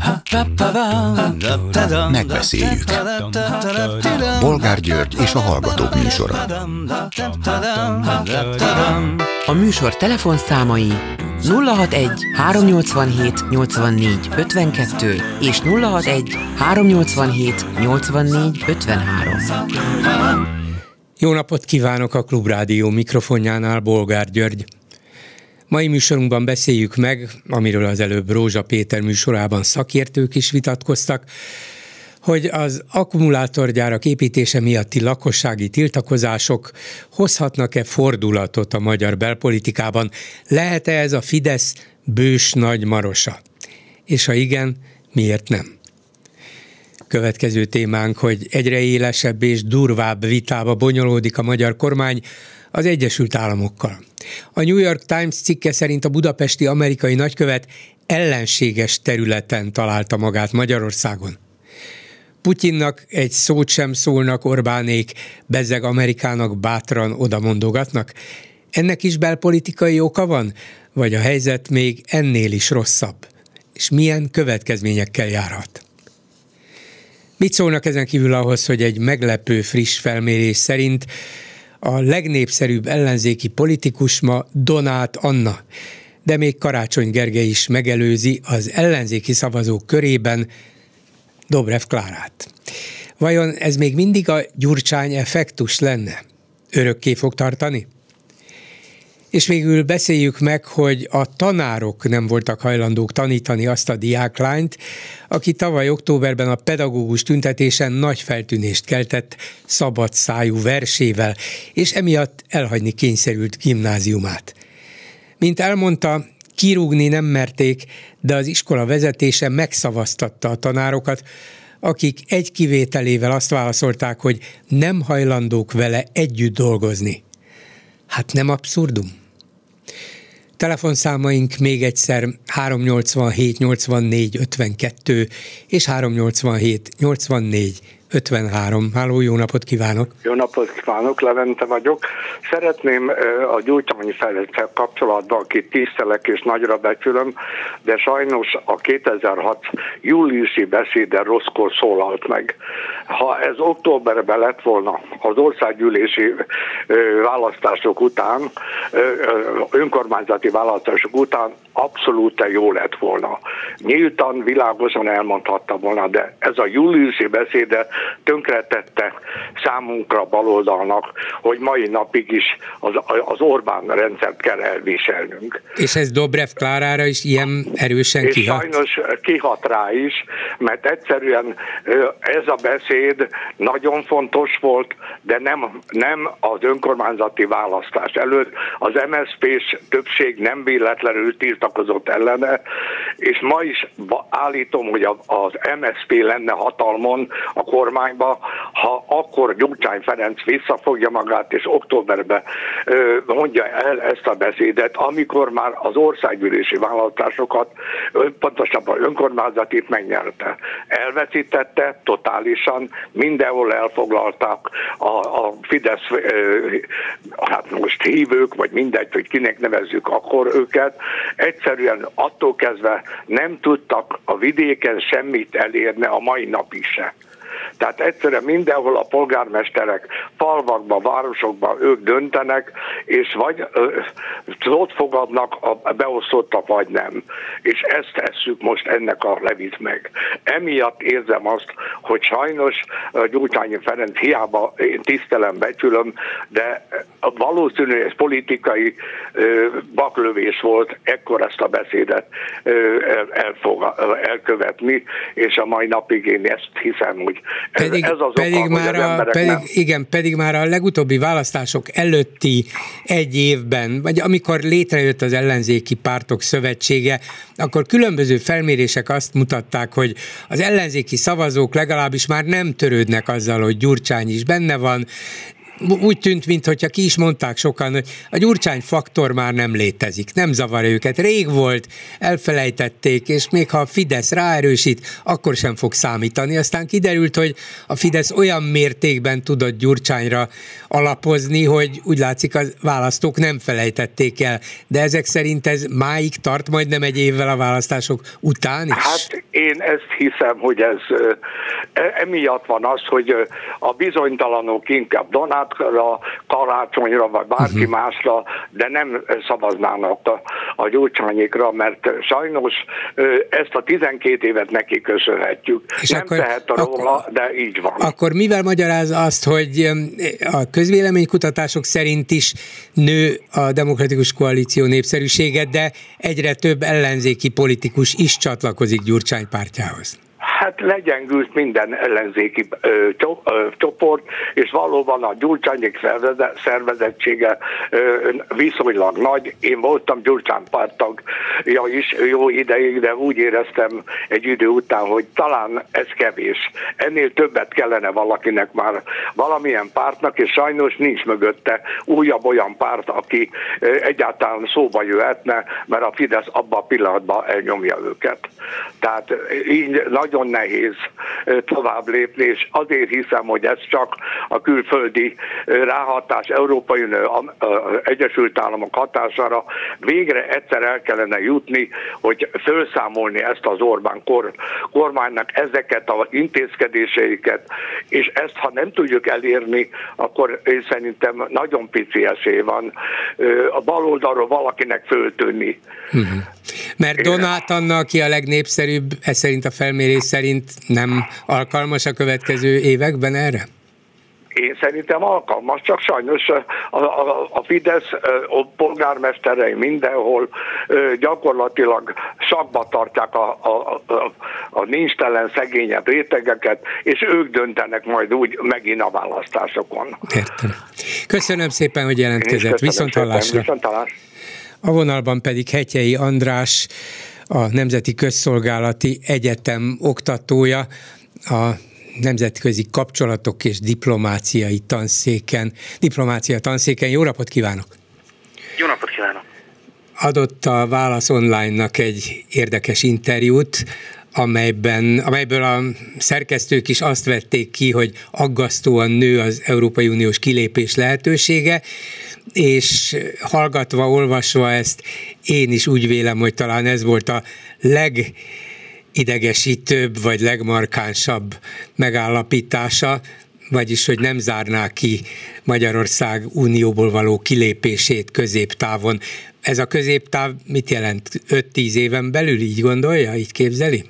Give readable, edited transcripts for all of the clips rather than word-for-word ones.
Megbeszéljük. Bolgár György és a Hallgatók műsora. A műsor telefonszámai 061 387 84 52 és 061 387 84 53. Jó napot kívánok a Klubrádió mikrofonjánál, Bolgár György. Mai műsorunkban beszéljük meg, amiről az előbb Rózsa Péter műsorában szakértők is vitatkoztak, hogy az akkumulátorgyárak építése miatti lakossági tiltakozások hozhatnak-e fordulatot a magyar belpolitikában? Lehet-e ez a Fidesz bős nagy marosa? És ha igen, miért nem? Következő témánk, hogy egyre élesebb és durvább vitába bonyolódik a magyar kormány az Egyesült Államokkal. A New York Times cikke szerint a budapesti amerikai nagykövet ellenséges területen találta magát Magyarországon. Putyinnak egy szót sem szólnak Orbánék, bezzeg Amerikának bátran odamondogatnak. Ennek is belpolitikai oka van? Vagy a helyzet még ennél is rosszabb? És milyen következményekkel járhat? Mit szólnak ezen kívül ahhoz, hogy egy meglepő friss felmérés szerint a legnépszerűbb ellenzéki politikus ma Donát Anna, de még Karácsony Gergely is megelőzi az ellenzéki szavazók körében Dobrev Klárát. Vajon ez még mindig a Gyurcsány effektus lenne? Örökké fog tartani? És végül beszéljük meg, hogy a tanárok nem voltak hajlandók tanítani azt a diáklányt, aki tavaly októberben a pedagógus tüntetésen nagy feltűnést keltett szabad szájú versével, és emiatt elhagyni kényszerült gimnáziumát. Mint elmondta, kirúgni nem merték, de az iskola vezetése megszavaztatta a tanárokat, akik egy kivételével azt válaszolták, hogy nem hajlandók vele együtt dolgozni. Hát nem abszurdum? Telefonszámaink még egyszer 387 84 52 és 387 84 53. Háló, jó napot kívánok! Jó napot kívánok, Levente vagyok. Szeretném a Gyurcsányi Ferenccel kapcsolatban, akit tisztelek és nagyra becsülöm, de sajnos a 2006 júliusi beszéde rosszkor szólalt meg. Ha ez októberben lett volna az országgyűlési választások után, önkormányzati választások után, abszolút jó lett volna. Nyíltan, világosan elmondhatta volna, de ez a júliusi beszéde tönkretette számunkra baloldalnak, hogy mai napig is az Orbán rendszert kell elviselnünk. És ez Dobrev Klárára is ilyen erősen és kihat? Sajnos kihat rá is, mert egyszerűen ez a beszéd nagyon fontos volt, de nem az önkormányzati választás előtt. Az MSZP-s többség nem véletlenül tiltakozott ellene, és ma is állítom, hogy az MSZP lenne hatalmon a kormányba, ha akkor Gyurcsány Ferenc visszafogja magát, és októberben mondja el ezt a beszédet, amikor már az országgyűlési választásokat, pontosabban önkormányzatit megnyerte. Elveszítette totálisan, mindenhol elfoglalták a Fidesz, hát most hívők, vagy mindegy, hogy kinek nevezzük akkor őket, egyszerűen attól kezdve nem tudtak a vidéken semmit elérni a mai napig se. Tehát egyszerűen mindenhol a polgármesterek falvakban, városokban ők döntenek, és vagy szót fogadnak a beosztottak, vagy nem. És ezt tesszük most ennek a levit meg. Emiatt érzem azt, hogy sajnos Gyurcsányi Ferenc hiába tisztelem, becsülöm, de valószínű ez politikai baklövés volt, ekkor ezt a beszédet elkövetni, és a mai napig én ezt hiszem, hogy pedig már a legutóbbi választások előtti egy évben, vagy amikor létrejött az ellenzéki pártok szövetsége, akkor különböző felmérések azt mutatták, hogy az ellenzéki szavazók legalábbis már nem törődnek azzal, hogy Gyurcsány is benne van. Úgy tűnt, mintha ki is mondták sokan, hogy a Gyurcsány faktor már nem létezik, nem zavar őket. Rég volt, elfelejtették, és még ha a Fidesz ráerősít, akkor sem fog számítani. Aztán kiderült, hogy a Fidesz olyan mértékben tudott Gyurcsányra alapozni, hogy úgy látszik, a választók nem felejtették el. De ezek szerint ez máig tart, majdnem egy évvel a választások után is? Hát én ezt hiszem, hogy ez emiatt van az, hogy a bizonytalanok inkább Donátra, Karácsonyra, vagy bárki másra, de nem szavaznának a Gyurcsányékra, mert sajnos ezt a 12 évet neki köszönhetjük. És nem tehet róla, de így van. Akkor mivel magyaráz azt, hogy a közvéleménykutatások szerint is nő a Demokratikus Koalíció népszerűsége, de egyre több ellenzéki politikus is csatlakozik Gyurcsány pártjához? Hát legyengült minden ellenzéki csoport, és valóban a Gyurcsányék szervezettsége viszonylag nagy. Én voltam Gyurcsány párttagja is jó ideig, de úgy éreztem egy idő után, hogy talán ez kevés. Ennél többet kellene valakinek már valamilyen pártnak, és sajnos nincs mögötte újabb olyan párt, aki egyáltalán szóba jöhetne, mert a Fidesz abban a pillanatban elnyomja őket. Tehát így nagyon nehéz tovább lépni, és azért hiszem, hogy ez csak a külföldi ráhatás, Európai Unió, Egyesült Államok hatására végre egyszer el kellene jutni, hogy felszámolni ezt az Orbán kormánynak ezeket az intézkedéseiket, és ezt, ha nem tudjuk elérni, akkor én szerintem nagyon pici esély van a baloldalról valakinek föltűnni. Mert Donát Anna, aki a legnépszerűbb, ez szerint a felmérés szerint nem alkalmas a következő években erre? Én szerintem alkalmas, csak sajnos a Fidesz polgármesterei mindenhol gyakorlatilag sakba tartják a nincstelen, szegényebb rétegeket, és ők döntenek majd úgy megint a választásokon. Értem. Köszönöm szépen, hogy jelentkezett. Viszonthallásra. A vonalban pedig Hetyei András, a Nemzeti Közszolgálati Egyetem oktatója, a Nemzetközi Kapcsolatok és Diplomácia tanszéken. Jó napot kívánok! Jó napot kívánok! Adott a Válasz Online-nak egy érdekes interjút, amelyből a szerkesztők is azt vették ki, hogy aggasztóan nő az Európai Uniós kilépés lehetősége, és hallgatva, olvasva ezt én is úgy vélem, hogy talán ez volt a legidegesítőbb vagy legmarkánsabb megállapítása, vagyis, hogy nem zárná ki Magyarország unióból való kilépését középtávon. Ez a középtáv mit jelent? 5-10 éven belül, így gondolja, így képzeli?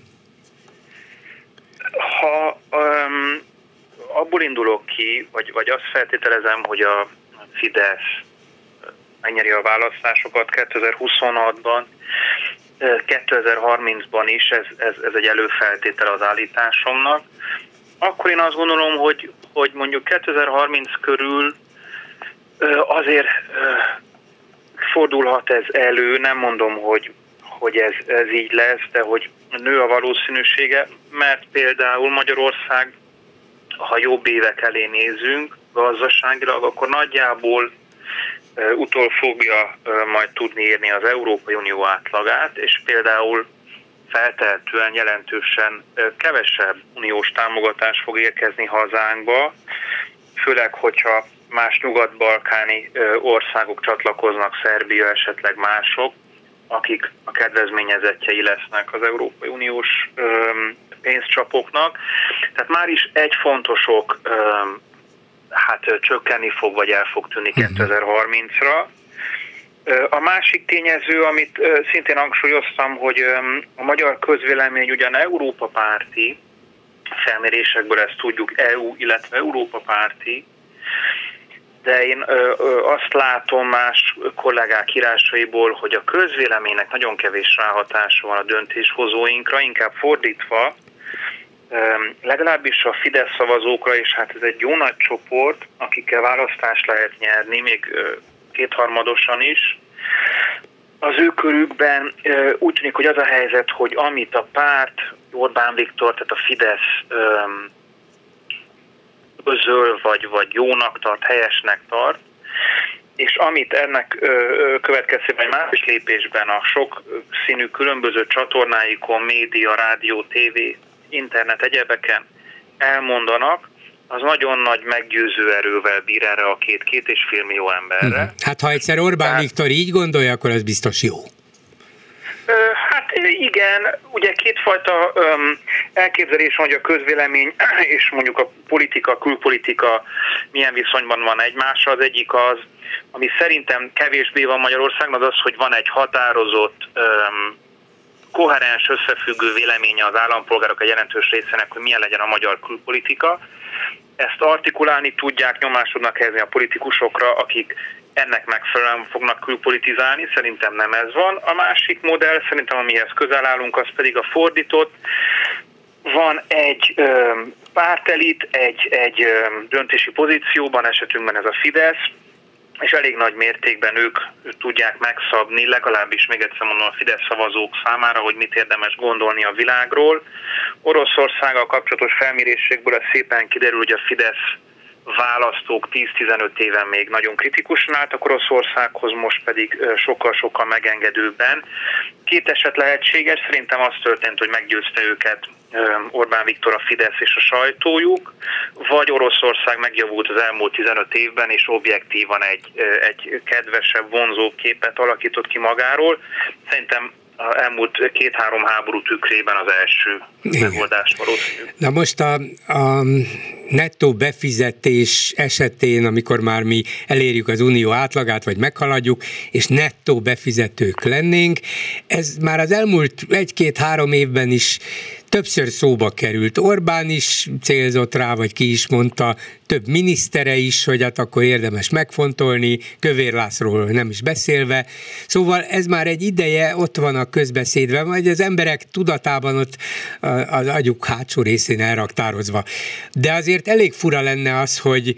Ha abból indulok ki, vagy azt feltételezem, hogy a Fidesz megnyeri a választásokat 2026-ban, 2030-ban is, ez egy előfeltétel az állításomnak, akkor én azt gondolom, hogy mondjuk 2030 körül azért fordulhat ez elő, nem mondom, hogy ez így lesz, de hogy nő a valószínűsége, mert például Magyarország, ha jobb évek elé nézünk gazdaságilag, akkor nagyjából utol fogja majd tudni érni az Európai Unió átlagát, és például feltehetően jelentősen kevesebb uniós támogatás fog érkezni hazánkba, főleg, hogyha más nyugat-balkáni országok csatlakoznak, Szerbia, esetleg mások, akik a kedvezményezettjei lesznek az Európai Uniós pénzcsapoknak. Tehát már is egy fontos ok csökkenni fog, vagy el fog tűnni 2030-ra. A másik tényező, amit szintén hangsúlyoztam, hogy a magyar közvélemény ugyan Európa párti, felmérésekből ezt tudjuk, EU, illetve Európa párti, de én azt látom más kollégák írásaiból, hogy a közvéleménynek nagyon kevés ráhatása van a döntéshozóinkra, inkább fordítva, legalábbis a Fidesz szavazókra, és hát ez egy jó nagy csoport, akikkel választást lehet nyerni, még kétharmadosan is. Az ő körükben úgy tűnik, hogy az a helyzet, hogy amit a párt, Orbán Viktor, tehát a Fidesz özöl, vagy jónak tart, helyesnek tart, és amit ennek következtében más lépésben a sok színű különböző csatornáikon, média, rádió, tévé, internet, egyebeken elmondanak, az nagyon nagy meggyőző erővel bír erre a 2,5 millió emberre. Hát ha egyszer Orbán Viktor így gondolja, akkor az biztos jó. Hát Igen, ugye kétfajta elképzelés van, hogy a közvélemény és mondjuk a politika, a külpolitika milyen viszonyban van egymással. Az egyik az, ami szerintem kevésbé van Magyarországon, az, hogy van egy határozott, koherens, összefüggő véleménye az állampolgárok egy jelentős részének, hogy milyen legyen a magyar külpolitika. Ezt artikulálni tudják, nyomást tudnak helyezni a politikusokra, akik ennek megfelelően fognak külpolitizálni, szerintem nem ez van. A másik modell, szerintem amihez közel állunk, az pedig a fordított. Van egy pártelit, egy döntési pozícióban, esetünkben ez a Fidesz, és elég nagy mértékben ők tudják megszabni, legalábbis még egyszer mondom a Fidesz szavazók számára, hogy mit érdemes gondolni a világról. Oroszországgal kapcsolatos felmérésekből ez szépen kiderül, hogy a Fidesz választók 10-15 éven még nagyon kritikusan álltak Oroszországhoz, most pedig sokkal-sokkal megengedőbben. Két eset lehetséges, szerintem az történt, hogy meggyőzte őket Orbán Viktor, a Fidesz és a sajtójuk, vagy Oroszország megjavult az elmúlt 15 évben, és objektívan egy kedvesebb, vonzóbb képet alakított ki magáról. Szerintem az elmúlt 2-3 háború tükrében az első megoldás valószínű. Na most a nettó befizetés esetén, amikor már mi elérjük az unió átlagát, vagy meghaladjuk, és nettó befizetők lennénk, ez már az elmúlt 1-2-3 évben is többször szóba került. Orbán is célzott rá, vagy ki is mondta, több minisztere is, hogy hát akkor érdemes megfontolni, Kövér Lászlóról nem is beszélve. Szóval ez már egy ideje ott van a közbeszédben, vagy az emberek tudatában ott az agyuk hátsó részén elraktározva. De azért elég fura lenne az,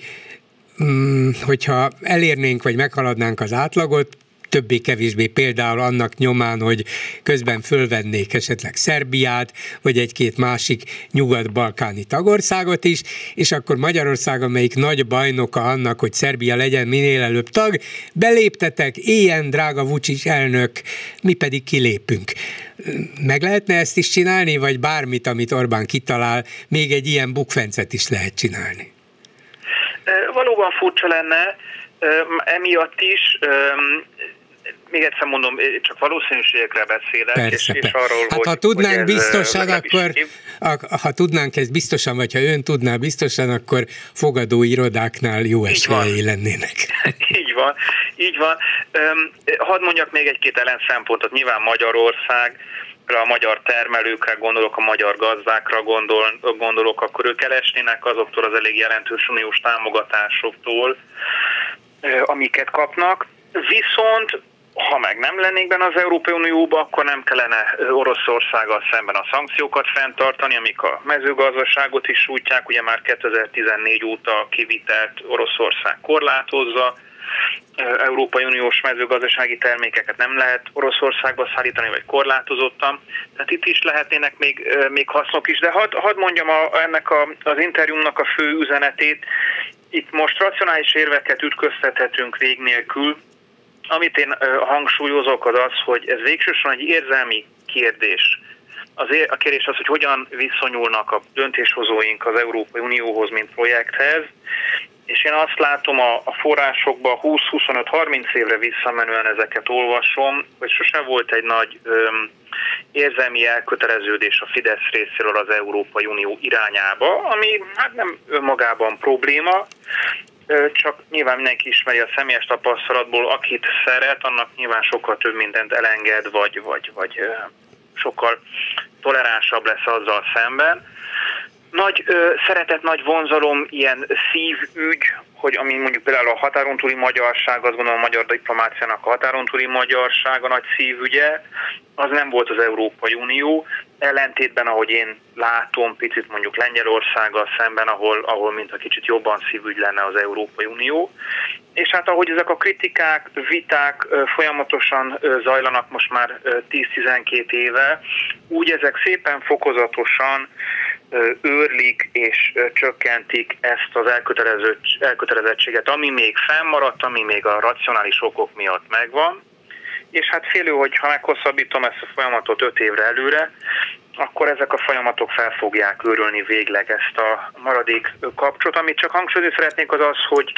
hogyha elérnénk, vagy meghaladnánk az átlagot, többé-kevésbé például annak nyomán, hogy közben fölvennék esetleg Szerbiát, vagy egy-két másik nyugat-balkáni tagországot is, és akkor Magyarország, amelyik nagy bajnoka annak, hogy Szerbia legyen minél előbb tag, beléptetek, éljen, drága Vučić elnök, mi pedig kilépünk. Meg lehetne ezt is csinálni, vagy bármit, amit Orbán kitalál, még egy ilyen bukfencet is lehet csinálni? Valóban furcsa lenne, emiatt is, még egyszer mondom, csak valószínűségekre beszélek. Persze, és arról, hát ha tudnánk biztosan, ha tudnánk ezt biztosan, vagy ha ön tudná biztosan, akkor fogadóirodáknál jó esélyei lennének. Így van. Hadd mondjak még egy-két ellenszempontot. Nyilván Magyarország, a magyar termelőkre gondolok, a magyar gazdákra gondolok, akkor ők elesnének azoktól az elég jelentős uniós támogatásoktól, amiket kapnak. Viszont, ha meg nem lennék benne az Európai Unióban, akkor nem kellene Oroszországgal szemben a szankciókat fenntartani, amik a mezőgazdaságot is sújtják. Ugye már 2014 óta kivitelt Oroszország korlátozza, Európai Uniós mezőgazdasági termékeket nem lehet Oroszországba szállítani, vagy korlátozottan. Tehát itt is lehetnének még hasznok is. De hadd mondjam ennek az interjúmnak a fő üzenetét. Itt most racionális érveket ütköztethetünk vég nélkül. Amit én hangsúlyozok az, hogy ez végsősorban egy érzelmi kérdés. A kérdés az, hogy hogyan viszonyulnak a döntéshozóink az Európai Unióhoz, mint projekthez. És én azt látom a forrásokban 20-25-30 évre visszamenően ezeket olvasom, hogy sose volt egy nagy érzelmi elköteleződés a Fidesz részéről az Európai Unió irányába, ami hát nem önmagában probléma, csak nyilván mindenki ismeri a személyes tapasztalatból, akit szeret, annak nyilván sokkal több mindent elenged, vagy sokkal toleránsabb lesz azzal szemben. Nagy szeretet, nagy vonzalom, ilyen szívügy, hogy ami mondjuk például a határon túli magyarság, azt gondolom a magyar diplomáciának a határon túli magyarság a nagy szívügye, az nem volt az Európai Unió. Ellentétben, ahogy én látom, picit mondjuk Lengyelországgal szemben, ahol mintha kicsit jobban szívügy lenne az Európai Unió. És hát ahogy ezek a kritikák, viták folyamatosan zajlanak most már 10-12 éve, úgy ezek szépen fokozatosan őrlik és csökkentik ezt az elkötelezettséget, ami még fennmaradt, ami még a racionális okok miatt megvan. És hát félő, hogy ha meghosszabbítom ezt a folyamatot 5 évre előre, akkor ezek a folyamatok fel fogják őrölni végleg ezt a maradék kapcsot. Amit csak hangsúlyozni szeretnék az, hogy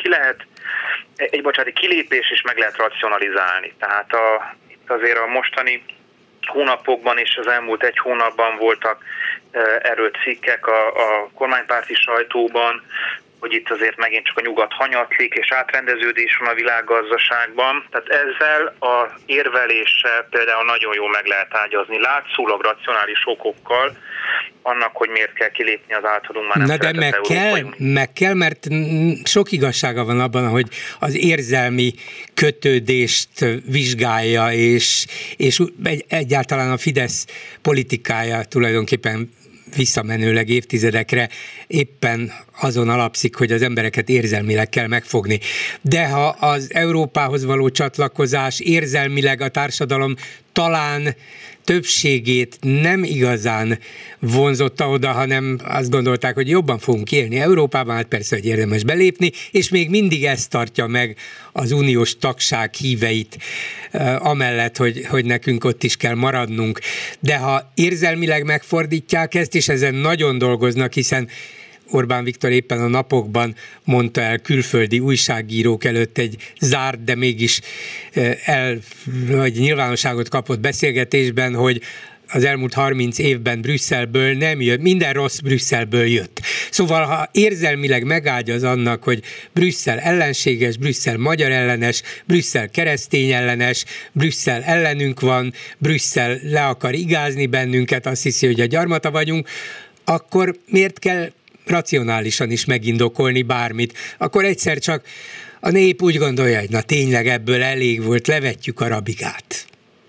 kilépés is meg lehet racionalizálni. Tehát itt azért a mostani hónapokban és az elmúlt egy hónapban voltak erről cikkek a kormánypárti sajtóban, hogy itt azért megint csak a nyugat hanyatlik, és átrendeződés van a világgazdaságban. Tehát ezzel az érveléssel például nagyon jól meg lehet ágyazni, látszólag racionális okokkal, annak, hogy miért kell kilépni az általunk már nem szeretett Európai Unió. Meg kell, mert sok igazsága van abban, hogy az érzelmi kötődést vizsgálja, és egyáltalán a Fidesz politikája tulajdonképpen visszamenőleg évtizedekre éppen azon alapszik, hogy az embereket érzelmileg kell megfogni. De ha az Európához való csatlakozás érzelmileg a társadalom talán többségét nem igazán vonzotta oda, hanem azt gondolták, hogy jobban fogunk élni Európában, hát persze, hogy érdemes belépni, és még mindig ez tartja meg az uniós tagság híveit, amellett, hogy nekünk ott is kell maradnunk. De ha érzelmileg megfordítják ezt, és ezen nagyon dolgoznak, hiszen Orbán Viktor éppen a napokban mondta el külföldi újságírók előtt egy zárt, de mégis vagy nyilvánosságot kapott beszélgetésben, hogy az elmúlt 30 évben Brüsszelből nem jött, minden rossz Brüsszelből jött. Szóval, ha érzelmileg megágyaz annak, hogy Brüsszel ellenséges, Brüsszel magyar ellenes, Brüsszel keresztény ellenes, Brüsszel ellenünk van, Brüsszel le akar igázni bennünket, azt hiszi, hogy a gyarmata vagyunk, akkor miért kell racionálisan is megindokolni bármit? Akkor egyszer csak a nép úgy gondolja, hogy na tényleg ebből elég volt, levetjük a rabigát.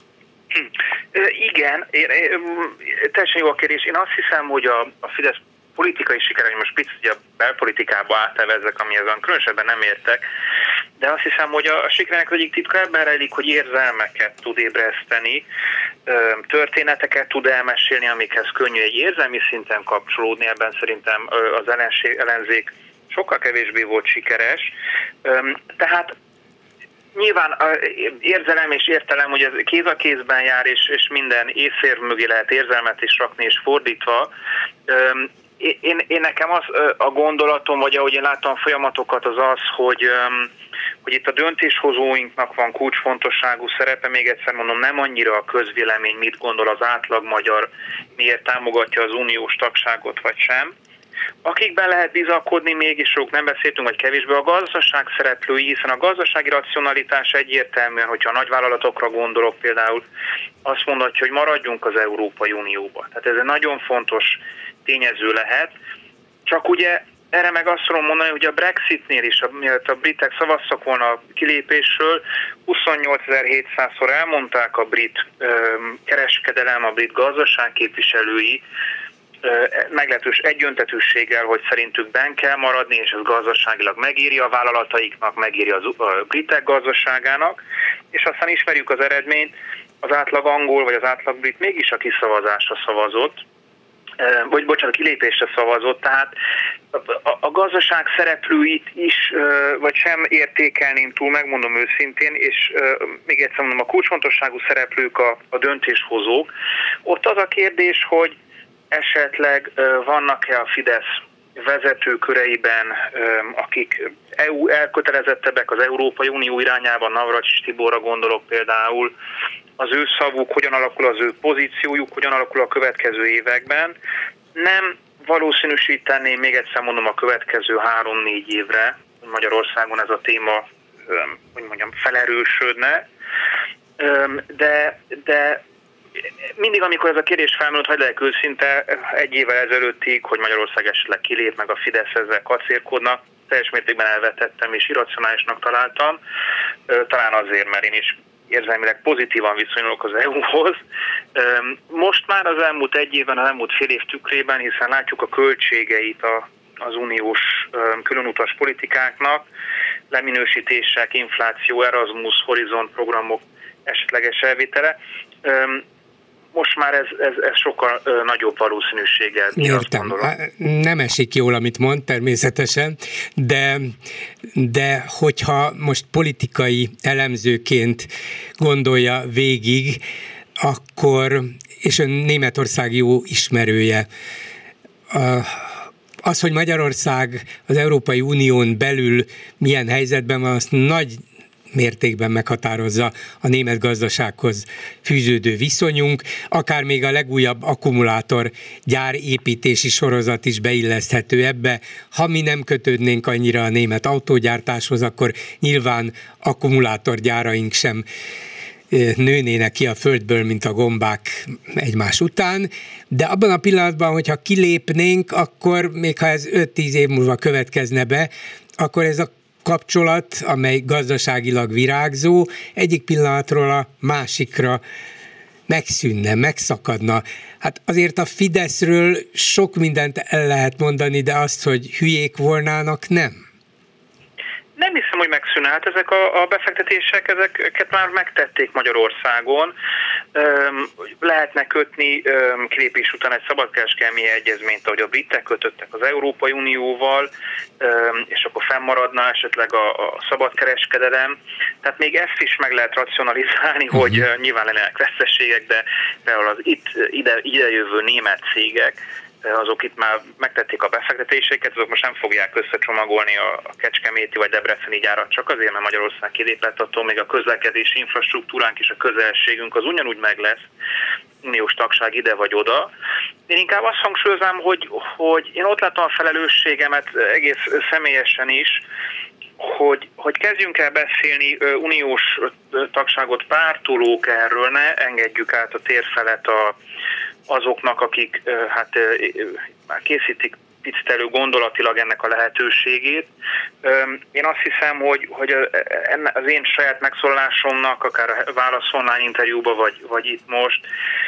Igen, teljesen jó a kérdés. Én azt hiszem, hogy a Fidesz politikai sikere, hogy most picit a belpolitikába átevezzek, amihez különösebben nem értek, de azt hiszem, hogy a sikerének egyik titka ebben rejlik, hogy érzelmeket tud ébreszteni, történeteket tud elmesélni, amikhez könnyű egy érzelmi szinten kapcsolódni, ebben szerintem az ellenzék sokkal kevésbé volt sikeres. Tehát nyilván érzelem és értelem, hogy ez kéz a kézben jár, és minden észérv mögé lehet érzelmet is rakni, és fordítva. Én nekem az a gondolatom, vagy ahogy én látom a folyamatokat, az az, hogy itt a döntéshozóinknak van kulcsfontosságú szerepe, még egyszer mondom, nem annyira a közvélemény, mit gondol az átlag magyar, miért támogatja az uniós tagságot, vagy sem. Akikben lehet bizakodni, mégis sok nem beszéltünk, vagy kevésbé a gazdaság szereplői, hiszen a gazdasági racionalitás egyértelműen, hogyha a nagyvállalatokra gondolok például, azt mondhatja, hogy maradjunk az Európai Unióban. Tehát ez egy nagyon fontos tényező lehet. Csak ugye erre meg azt tudom mondani, hogy a Brexitnél is, mielőtt a britek szavaztak volna a kilépésről, 28.700-szor elmondták a brit kereskedelem, a brit gazdaság képviselői, meglehetős egyöntetűséggel, hogy szerintük benn kell maradni, és ez gazdaságilag megéri a vállalataiknak, megéri a britek gazdaságának, és aztán ismerjük az eredményt, az átlag angol vagy az átlag brit mégis a kiszavazásra szavazott, a kilépésre szavazott, tehát a gazdaság szereplőit is, vagy sem értékelném túl, megmondom őszintén, és még egyszer mondom, a kulcsfontosságú szereplők a döntéshozók. Ott az a kérdés, hogy esetleg vannak-e a Fidesz vezetőköreiben, akik EU elkötelezettebbek az Európai Unió irányában, Navracsics Tiborra gondolok például, az ő szavuk, hogyan alakul az ő pozíciójuk, hogyan alakul a következő években. Nem valószínűsíteném, még egyszer mondom, a következő 3-4 évre, hogy Magyarországon ez a téma, hogy mondjam, felerősödne, de mindig, amikor ez a kérdés felmerült, hogy legyek őszinte, 1 évvel ezelőttig, hogy Magyarország esetleg kilép, meg a Fidesz ezzel kacérkodnak, teljes mértékben elvetettem és irracionálisnak találtam, talán azért, mert én is érzelmileg pozitívan viszonyulok az EU-hoz. Most már az elmúlt 1 évben, az elmúlt fél év tükrében, hiszen látjuk a költségeit az uniós különutas politikáknak, leminősítések, infláció, Erasmus, Horizont programok esetleges elvétele. Most már ez sokkal nagyobb valószínűséggel. Értem. Nem esik jól, amit mond, természetesen, de hogyha most politikai elemzőként gondolja végig, akkor, és ön Németország jó ismerője, az, hogy Magyarország az Európai Unión belül milyen helyzetben van, azt mértékben meghatározza a német gazdasághoz fűződő viszonyunk, akár még a legújabb akkumulátorgyár építési sorozat is beilleszthető ebbe. Ha mi nem kötődnénk annyira a német autógyártáshoz, akkor nyilván akkumulátorgyáraink sem nőnének ki a földből, mint a gombák egymás után, de abban a pillanatban, hogyha kilépnénk, akkor még ha ez 5-10 év múlva következne be, akkor ez a kapcsolat, amely gazdaságilag virágzó, egyik pillanatról a másikra megszűnne, megszakadna. Hát azért a Fideszről sok mindent el lehet mondani, de azt, hogy hülyék volnának, nem. Nem hiszem, hogy megszűnne. Hát ezek a befektetések, ezeket már megtették Magyarországon. Lehetne kötni kilépés után egy szabadkereskedelmi egyezményt, ahogy a britek kötöttek az Európai Unióval, és akkor fennmaradna esetleg a szabadkereskedelem. Tehát még ezt is meg lehet racionalizálni, hogy nyilván lennének veszteségek, de például az idejövő német cégek, azok itt már megtették a befektetéseket, azok most nem fogják összecsomagolni a kecskeméti vagy debreceni gyárat csak azért, mert Magyarország kilépett, attól még a közlekedési infrastruktúránk és a közelségünk az ugyanúgy meg lesz, uniós tagság ide vagy oda. Én inkább azt hangsúlyoznám, hogy én ott látom a felelősségemet egész személyesen is, hogy kezdjünk el beszélni uniós tagságot pártolók erről, ne engedjük át a térfelet azoknak, akik már készítik picitelő gondolatilag ennek a lehetőségét. Én azt hiszem, hogy az én saját megszólalásomnak, akár a Válasz online interjúban, vagy itt most,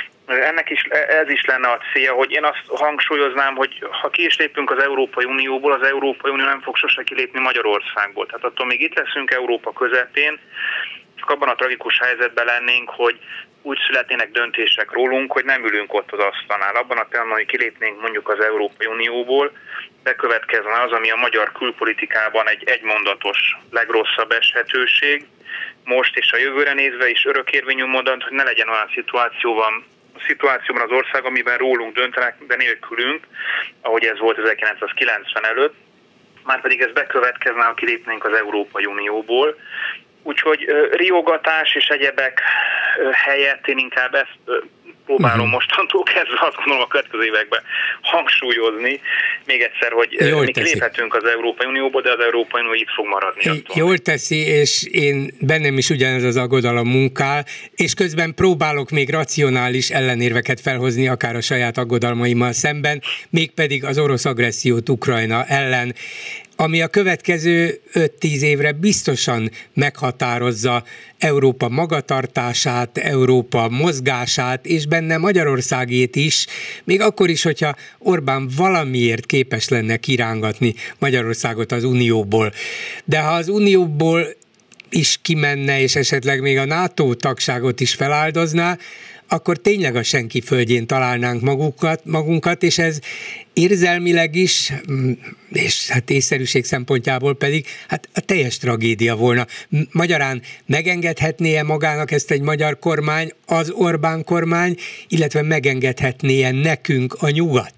ez is lenne a célja, hogy én azt hangsúlyoznám, hogy ha ki is lépünk az Európai Unióból, az Európai Unió nem fog sose kilépni Magyarországból. Tehát attól még itt leszünk Európa közepén, csak abban a tragikus helyzetben lennénk, hogy úgy születnének döntések rólunk, hogy nem ülünk ott az asztalnál. Abban a pillanatban, hogy kilépnénk mondjuk az Európai Unióból, bekövetkezne az, ami a magyar külpolitikában egy egymondatos legrosszabb eshetőség. Most és a jövőre nézve is örökérvényű mondat, hogy ne legyen olyan szituációban az ország, amiben rólunk döntenek, de nélkülünk, ahogy ez volt 1990 előtt, márpedig ez bekövetkezne, ha kilépnénk az Európai Unióból. Úgyhogy riogatás és egyebek helyett én inkább ezt próbálom mostantól kezdve, azt gondolom a következő években hangsúlyozni. Még egyszer, hogy mi kiléphetünk az Európai Unióból, de az Európai Unió itt fog maradni. Jól teszi, és én bennem is ugyanez az aggodalom munkál, és közben próbálok még racionális ellenérveket felhozni, akár a saját aggodalmaimmal szemben, mégpedig az orosz agressziót Ukrajna ellen, ami a következő 5-10 évre biztosan meghatározza Európa magatartását, Európa mozgását, és benne Magyarországét is, még akkor is, hogyha Orbán valamiért képes lenne kirángatni Magyarországot az Unióból. De ha az Unióból is kimenne, és esetleg még a NATO tagságot is feláldozná, akkor tényleg a senki földjén találnánk magunkat, és ez érzelmileg is, és hát észszerűség szempontjából pedig hát a teljes tragédia volna. Magyarán megengedhetné-e magának ezt egy magyar kormány, az Orbán kormány, illetve megengedhetné-e nekünk a nyugat?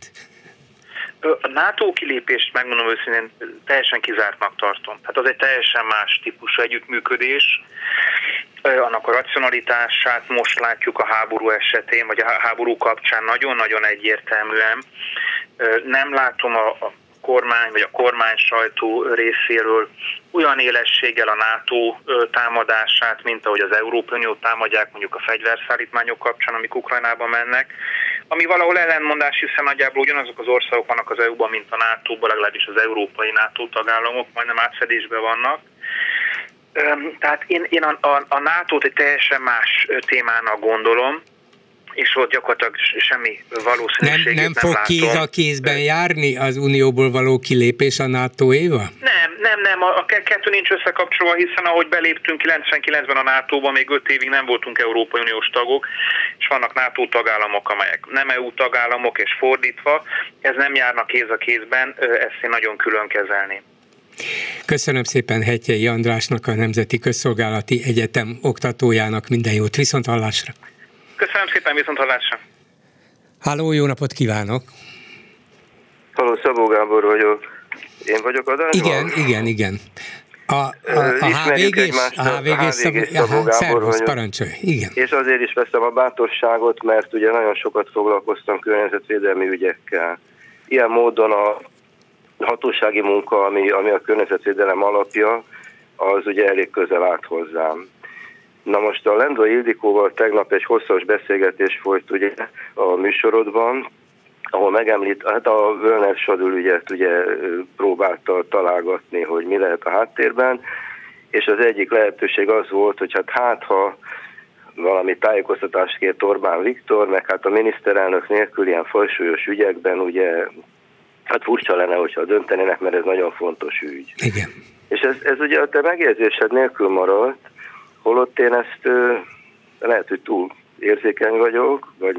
A NATO kilépést, megmondom őszintén, teljesen kizártnak tartom. Hát az egy teljesen más típusú együttműködés. Annak a racionalitását most látjuk a háború esetén, vagy a háború kapcsán nagyon-nagyon egyértelműen. Nem látom a kormány, vagy a kormány sajtó részéről olyan élességgel a NATO támadását, mint ahogy az Európai Uniót támadják mondjuk a fegyverszállítmányok kapcsán, amik Ukrajnába mennek, ami valahol ellentmondás, hiszen nagyjából ugyanazok az országok vannak az EU-ban, mint a NATO-ban, legalábbis az európai NATO tagállamok, majdnem átfedésben vannak. Tehát én a NATO-t egy teljesen más témának gondolom, és ott gyakorlatilag semmi valószínűségét nem fog látom. kéz a kézben járni az Unióból való kilépés a NATO-éva? Nem, a kettő nincs összekapcsolva, hiszen ahogy beléptünk 99-ben a NATO-ba, még 5 évig nem voltunk Európai Uniós tagok, és vannak NATO tagállamok, amelyek nem EU tagállamok, és fordítva, ez nem járna kéz a kézben, ezt én nagyon külön kezelném. Köszönöm szépen Hettyei Andrásnak, a Nemzeti Közszolgálati Egyetem oktatójának, minden jót, viszonthallásra! Köszönöm szépen, viszonthallásra! Halló, jó napot kívánok! Halló, Szabó Gábor vagyok. Én vagyok adásban? Igen. A HVG Szabó parancsolj, igen. És azért is veszem a bátorságot, mert ugye nagyon sokat foglalkoztam környezetvédelmi ügyekkel. Ilyen módon a hatósági munka, ami a környezetvédelem alapja, az ugye elég közel állt hozzám. Na most a Lendvai Ildikóval tegnap egy hosszas beszélgetés folyt ugye a műsorodban, ahol hát a Völner Sadül ügyet ugye próbálta találgatni, hogy mi lehet a háttérben, és az egyik lehetőség az volt, hogy ha valami tájékoztatást kért Orbán Viktor, meg hát a miniszterelnök nélkül ilyen fajsúlyos ügyekben ugye, hát furcsa lenne, hogyha döntenének, mert ez nagyon fontos ügy. Igen. És ez ugye a te megjegyzésed nélkül maradt, holott én ezt lehet, hogy túl érzékeny vagyok, vagy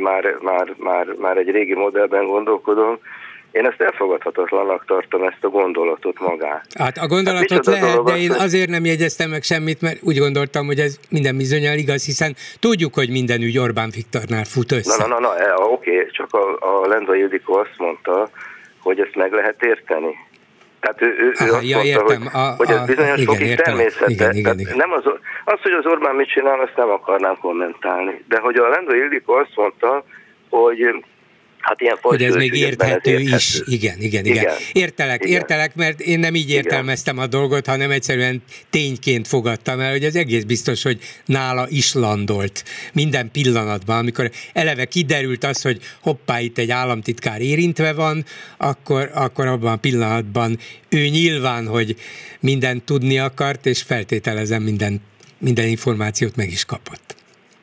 már egy régi modellben gondolkodom. Én ezt elfogadhatatlannak tartom, ezt a gondolatot magát. Hát a gondolatot lehet, de én azért nem jegyeztem meg semmit, mert úgy gondoltam, hogy ez minden bizonnyal igaz, hiszen tudjuk, hogy minden ügy Orbán Viktornál fut össze. Oké, csak a Lendvai Ildikó azt mondta, hogy ezt meg lehet érteni. Tehát ő azt mondta, hogy ez bizonyos fokig természetes. Igen. Nem az, hogy az Orbán mit csinál, azt nem akarnám kommentálni. De hogy a Lendvai Ildikó azt mondta, hogy hát ilyen hogy ez még érthető is. Igen. Értelek, mert én nem így értelmeztem a dolgot, hanem egyszerűen tényként fogadtam el, hogy ez egész biztos, hogy nála is landolt minden pillanatban, amikor eleve kiderült az, hogy hoppá, itt egy államtitkár érintve van, akkor abban a pillanatban ő nyilván, hogy mindent tudni akart, és feltételezem minden információt meg is kapott.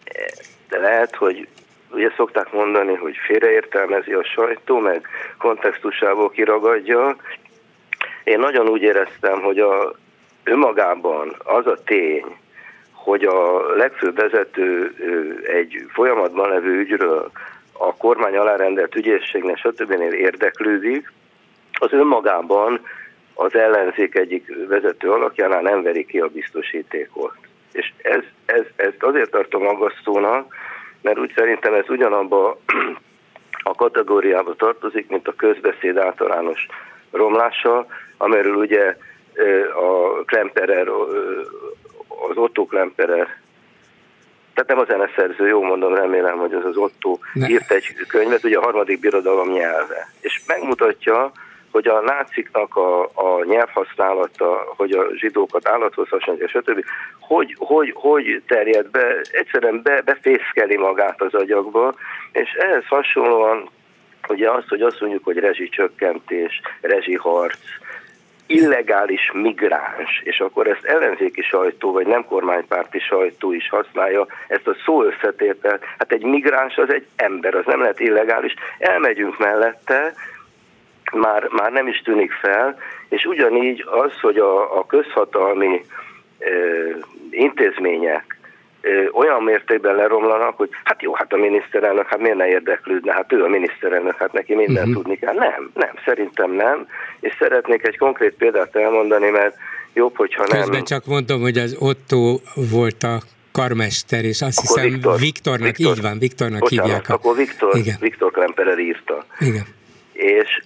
De lehet, hogy ugye szokták mondani, hogy félreértelmezi a sajtó, meg kontextusából kiragadja. Én nagyon úgy éreztem, hogy önmagában az a tény, hogy a legfőbb vezető egy folyamatban levő ügyről a kormány alárendelt ügyészségnél stb. Érdeklődik, az önmagában az ellenzék egyik vezető alakjánál nem veri ki a biztosítékot. És ezt azért tartom aggasztónak, mert úgy szerintem ez ugyanabba a kategóriába tartozik, mint a közbeszéd általános romlása, amiről ugye a Klemperer, az Otto Klemperer, tehát nem a zeneszerző, jól mondom, remélem, hogy az Otto írt egy könyvet, ugye a Harmadik Birodalom nyelve, és megmutatja, hogy a náciknak a nyelvhasználata, hogy a zsidókat állathoz hasonlítja, stb. Hogy terjed be, egyszerűen befészkeli magát az agyakba, és ehhez hasonlóan ugye az, hogy azt mondjuk, hogy rezsicsökkentés, rezsiharc, illegális migráns, és akkor ezt ellenzéki sajtó, vagy nem kormánypárti sajtó is használja, ezt a szó összetételt, hát egy migráns az egy ember, az nem lehet illegális, elmegyünk mellette, már nem is tűnik fel, és ugyanígy az, hogy a közhatalmi intézmények olyan mértékben leromlanak, hogy hát a miniszterelnök, hát miért ne érdeklődne, hát ő a miniszterelnök, hát neki mindent tudni kell. Nem, szerintem nem, és szeretnék egy konkrét példát elmondani, mert jobb, hogyha nem. Közben csak mondom, hogy az Otto volt a karmester, és azt akkor hiszem Viktornak, így van, Viktornak bocsánat, hívják. Akkor Viktor Klemperer írta. Igen. És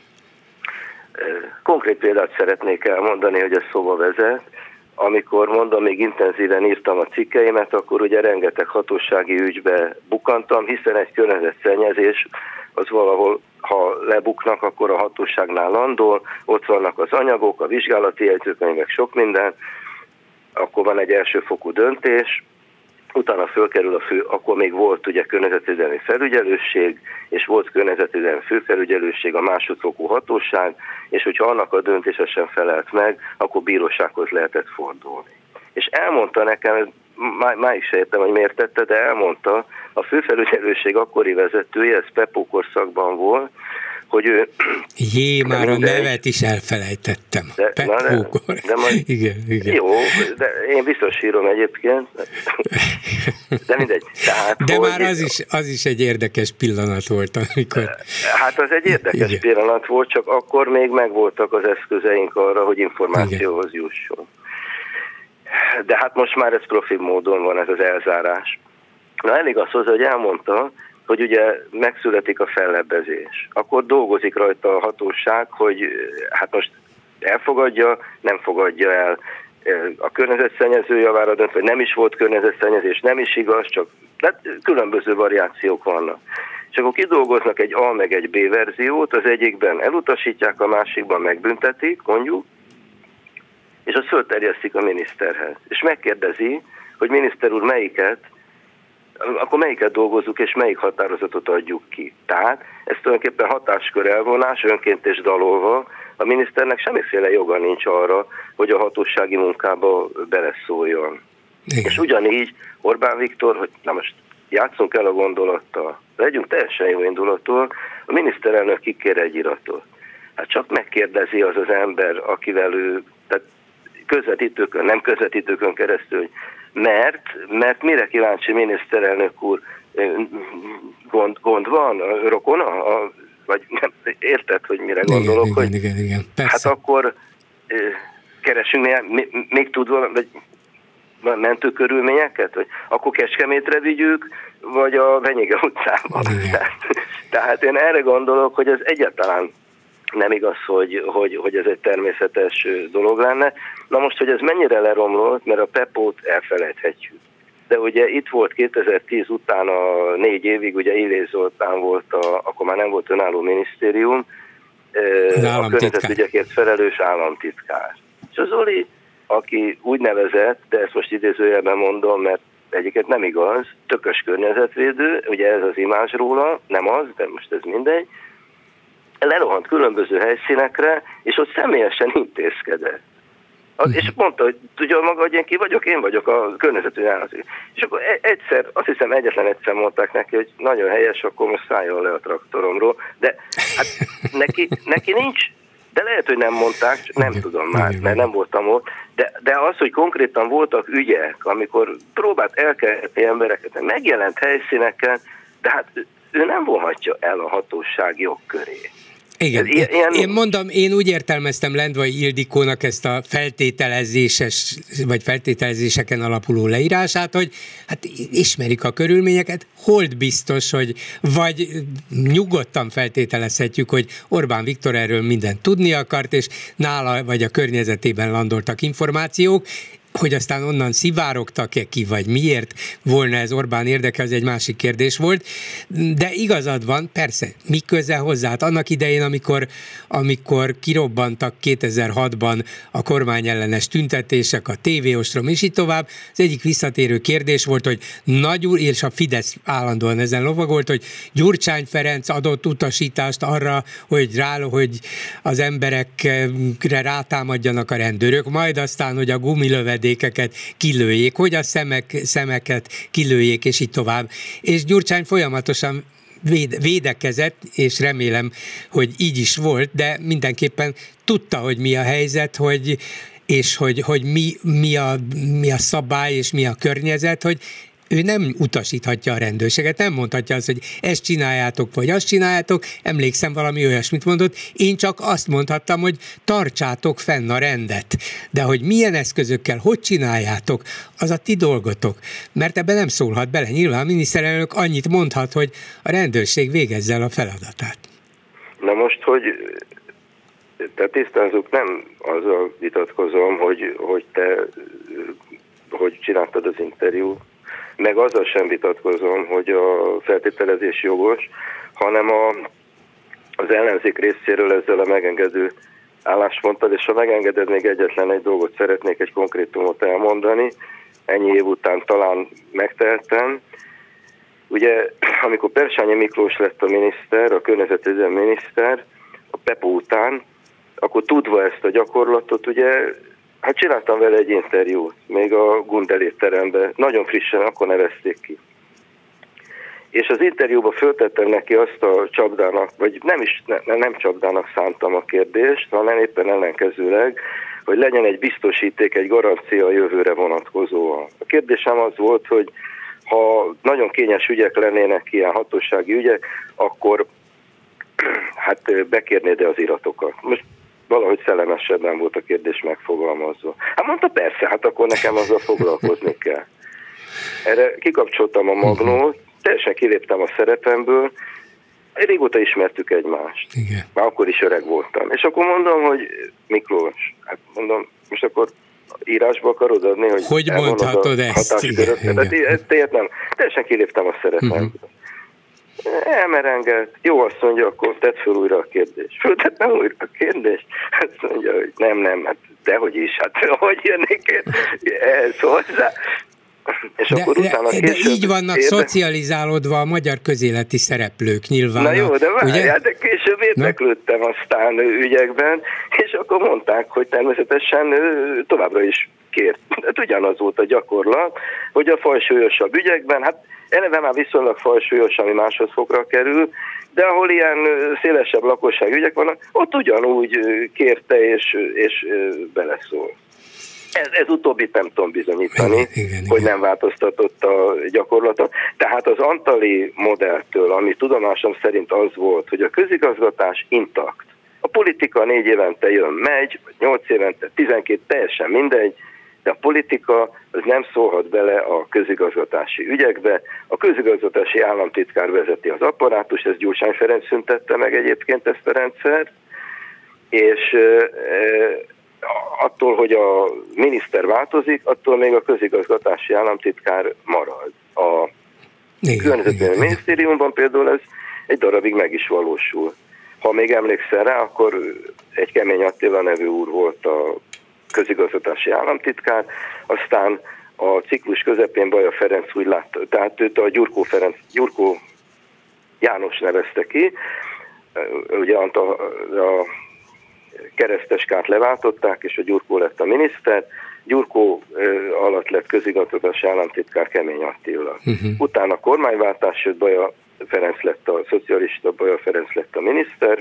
konkrét példát szeretnék elmondani, hogy ez szóba vezet. Amikor mondom, még intenzíven írtam a cikkeimet, akkor ugye rengeteg hatósági ügybe bukantam, hiszen egy környezetszennyezés az valahol, ha lebuknak, akkor a hatóságnál landol, ott vannak az anyagok, a vizsgálati jegyzőkönyvek, sok minden, akkor van egy elsőfokú döntés, utána fölkerül akkor még volt ugye környezetvédelmi felügyelőség, és volt környezetvédelmi főfelügyelőség, a másodfokú hatóság, és hogyha annak a döntése sem felelt meg, akkor bírósághoz lehetett fordulni. És elmondta nekem, máig se értem, hogy miért tette, de elmondta, a főfelügyelőség akkori vezetője, ez Pepó korszakban volt, hogy ő... Már a nevet is elfelejtettem. Igen. Jó, de én biztos írom egyébként. De mindegy. De már az is egy érdekes pillanat volt, amikor... Hát az egy érdekes pillanat volt, csak akkor még megvoltak az eszközeink arra, hogy információhoz jussunk. De hát most már ez profi módon van, ez az elzárás. Na elég az hozzá, hogy elmondta, hogy ugye megszületik a fellebbezés. Akkor dolgozik rajta a hatóság, hogy hát most elfogadja, nem fogadja el. a környezetszennyező javára dönt, vagy nem is volt környezetszennyezés, nem is igaz, csak különböző variációk vannak. És akkor kidolgoznak egy A meg egy B verziót, az egyikben elutasítják, a másikban megbüntetik, mondjuk, és azt fölterjesztik a miniszterhez. És megkérdezi, hogy miniszter úr akkor melyiket dolgozzuk, és melyik határozatot adjuk ki. Tehát ez tulajdonképpen hatáskör elvonás, önként és dalolva, a miniszternek semmiféle joga nincs arra, hogy a hatósági munkába beleszóljon. Igen. És ugyanígy Orbán Viktor, hogy na most játszunk el a gondolattal, legyünk teljesen jó indulatúak, a miniszterelnök kikér egy iratot. Hát csak megkérdezi az az ember, akivel ő, tehát közvetítőkön, nem közvetítőkön keresztül, hogy mert mire kíváncsi miniszterelnök úr, gond van, rokona, vagy nem, érted, hogy mire gondolok, igen, hát akkor keresünk még tud valami, vagy mentőkörülményeket, vagy akkor Kecskemétre vigyük, vagy a Venyige utcában. Tehát én erre gondolok, hogy ez egyáltalán nem igaz, hogy ez egy természetes dolog lenne. Na most, hogy ez mennyire leromlott, mert a Pepót elfelejthetjük. De ugye itt volt 2010 után a 4 évig, ugye Illés Zoltán volt, akkor már nem volt önálló minisztérium, a környezetügyekért felelős államtitkár. És az Zoli, aki úgy nevezett, de ezt most idézőjelben mondom, mert egyiket nem igaz, tökös környezetvédő, ugye ez az imázs róla, nem az, de most ez mindegy, lerohant különböző helyszínekre, és ott személyesen intézkedett. És mondta, hogy tudja maga, hogy én vagyok a környezetvédelmi államtitkár. És akkor azt hiszem egyetlen egyszer mondták neki, hogy nagyon helyes, akkor most szálljon le a traktoromról, de hát neki nincs, de lehet, hogy nem mondták, csak nem tudom már, mert nem voltam ott, de az, hogy konkrétan voltak ügyek, amikor próbált elkerülni embereket, megjelent helyszíneken, de hát ő nem vonhatja el a hatóság jogkörét. Igen, én úgy értelmeztem Lendvai Ildikónak ezt a feltételezéseken alapuló leírását, hogy hát ismerik a körülményeket, hold biztos, hogy vagy nyugodtan feltételezhetjük, hogy Orbán Viktor erről mindent tudni akart, és nála vagy a környezetében landoltak információk, hogy aztán onnan szivárogtak-e ki, vagy miért volna ez Orbán érdeke, az egy másik kérdés volt, de igazad van, persze, mi köze hozzá? Hát annak idején, amikor kirobbantak 2006-ban a kormányellenes tüntetések, a tévéostrom és így tovább, az egyik visszatérő kérdés volt, hogy és a Fidesz állandóan ezen lovagolt, hogy Gyurcsány Ferenc adott utasítást arra, hogy az emberekre rátámadjanak a rendőrök, majd aztán, hogy a gumilövedékeket kilőjék, hogy a szemeket kilőjék, és így tovább. És Gyurcsány folyamatosan védekezett, és remélem, hogy így is volt, de mindenképpen tudta, hogy mi a helyzet, hogy mi a szabály, és mi a környezet, hogy ő nem utasíthatja a rendőrséget, nem mondhatja azt, hogy ezt csináljátok, vagy azt csináljátok, emlékszem, valami olyasmit mondott, én csak azt mondhattam, hogy tartsátok fenn a rendet, de hogy milyen eszközökkel, hogy csináljátok, az a ti dolgotok, mert ebben nem szólhat bele. Nyilván a miniszterelnök annyit mondhat, hogy a rendőrség végezze el a feladatát. Na most, hogy te tisztázzuk, nem azzal vitatkozom, hogy te hogy csináltad az interjút, meg azzal sem vitatkozom, hogy a feltételezés jogos, hanem az ellenzék részéről ezzel a megengedő állásponttal, és ha megengeded, még egyetlen egy dolgot szeretnék, egy konkrétumot elmondani, ennyi év után talán megtehettem. Ugye, amikor Persányi Miklós lett a miniszter, a környezetvédelmi miniszter, a Pepó után, akkor tudva ezt a gyakorlatot, ugye, hát csináltam vele egy interjút, még a Gundel étteremben, nagyon frissen, akkor nevezték ki. És az interjúban föltettem neki azt a csapdának, vagy nem csapdának szántam a kérdést, hanem éppen ellenkezőleg, hogy legyen egy biztosíték, egy garancia a jövőre vonatkozóan. A kérdésem az volt, hogy ha nagyon kényes ügyek lennének, ilyen hatósági ügyek, akkor hát bekérnéd-e az iratokat? Most valahogy szellemesebben volt a kérdés megfogalmazva. Hát mondta, persze, hát akkor nekem azzal foglalkozni kell. Erre kikapcsoltam a magnót, teljesen kiléptem a szerepemből, régóta ismertük egymást. Igen. Már akkor is öreg voltam. És akkor mondom, hogy Miklós, hát mondom, most akkor írásba akarod adni, hogy mondhatod ezt? Ezt nem. Teljesen kiléptem a szerepem. Elmerengett, jó, azt mondja, akkor tedd föl újra a kérdést. Föltettem újra a kérdést? Azt mondja, hogy nem, hát dehogy is, hát hogy jönnék ehhez hozzá. És akkor utána de így vannak szocializálódva a magyar közéleti szereplők nyilván. Na jó, de várjál, de később érdeklődtem aztán ügyekben, és akkor mondták, hogy természetesen továbbra is kért. Hát ugyanaz volt a gyakorlat, hogy a fajsúlyosabb ügyekben, hát eleve már viszonylag fajsúlyos, ami másodfokra kerül, de ahol ilyen szélesebb lakosságügyek vannak, ott ugyanúgy kérte és beleszól. Ez utóbbit nem tudom bizonyítani, igen, hogy nem változtatott a gyakorlatot. Tehát az antali modelltől, ami tudomásom szerint az volt, hogy a közigazgatás intakt. A politika 4 évente jön, megy, vagy 8 évente, 12, teljesen mindegy, de a politika az nem szólhat bele a közigazgatási ügyekbe. A közigazgatási államtitkár vezeti az apparátus, ez Gyurcsány Ferenc szüntette meg egyébként ezt a rendszert, és attól, hogy a miniszter változik, attól még a közigazgatási államtitkár marad. A Környezetvédelmi Minisztériumban például ez egy darabig meg is valósul. Ha még emlékszel rá, akkor egy Kemény Attila nevű úr volt a közigazgatási államtitkár, aztán a ciklus közepén Baja Ferenc úgy látta, tehát őt a Gyurkó János nevezte ki, ugye a Kereszteskát leváltották, és a Gyurkó lett a miniszter. Gyurkó alatt lett közigazgatási államtitkár Kemény Attila. Utána kormányváltás jött, Baja Ferenc lett a szocialista, Baja Ferenc lett a miniszter.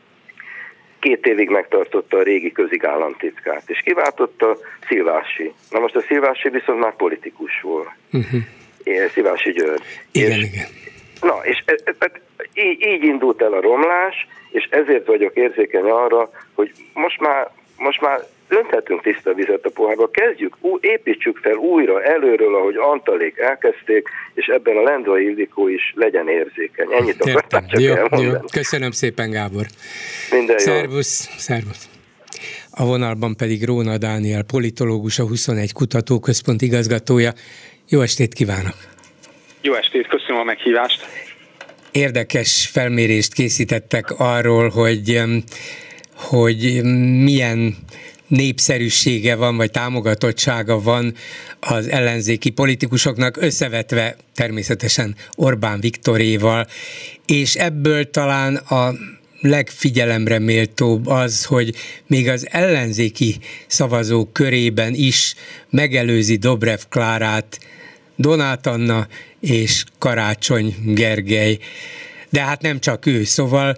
2 évig megtartotta a régi közigállamtitkárt, és kiváltotta Szilvási. Na most a Szilvási viszont már politikus volt. Szilvási György. Igen. Na, és így indult el a romlás, és ezért vagyok érzékeny arra, hogy most már önthetünk tiszta vizet a pohárba, építsük fel újra előről, ahogy Antalék elkezdték, és ebben a Lendvai Ildikó is legyen érzékeny. Ennyit akartam csak elmondani. Jó. Köszönöm szépen, Gábor. Minden jó. Szervusz. A vonalban pedig Róna Dániel, politológus, a 21 Kutatóközpont igazgatója. Jó estét kívánok! Jó estét, köszönöm a meghívást! Érdekes felmérést készítettek arról, hogy milyen népszerűsége van, vagy támogatottsága van az ellenzéki politikusoknak, összevetve természetesen Orbán Viktoréval, és ebből talán a legfigyelemre méltóbb az, hogy még az ellenzéki szavazók körében is megelőzi Dobrev Klárát Donát Anna és Karácsony Gergely. De hát nem csak ő, szóval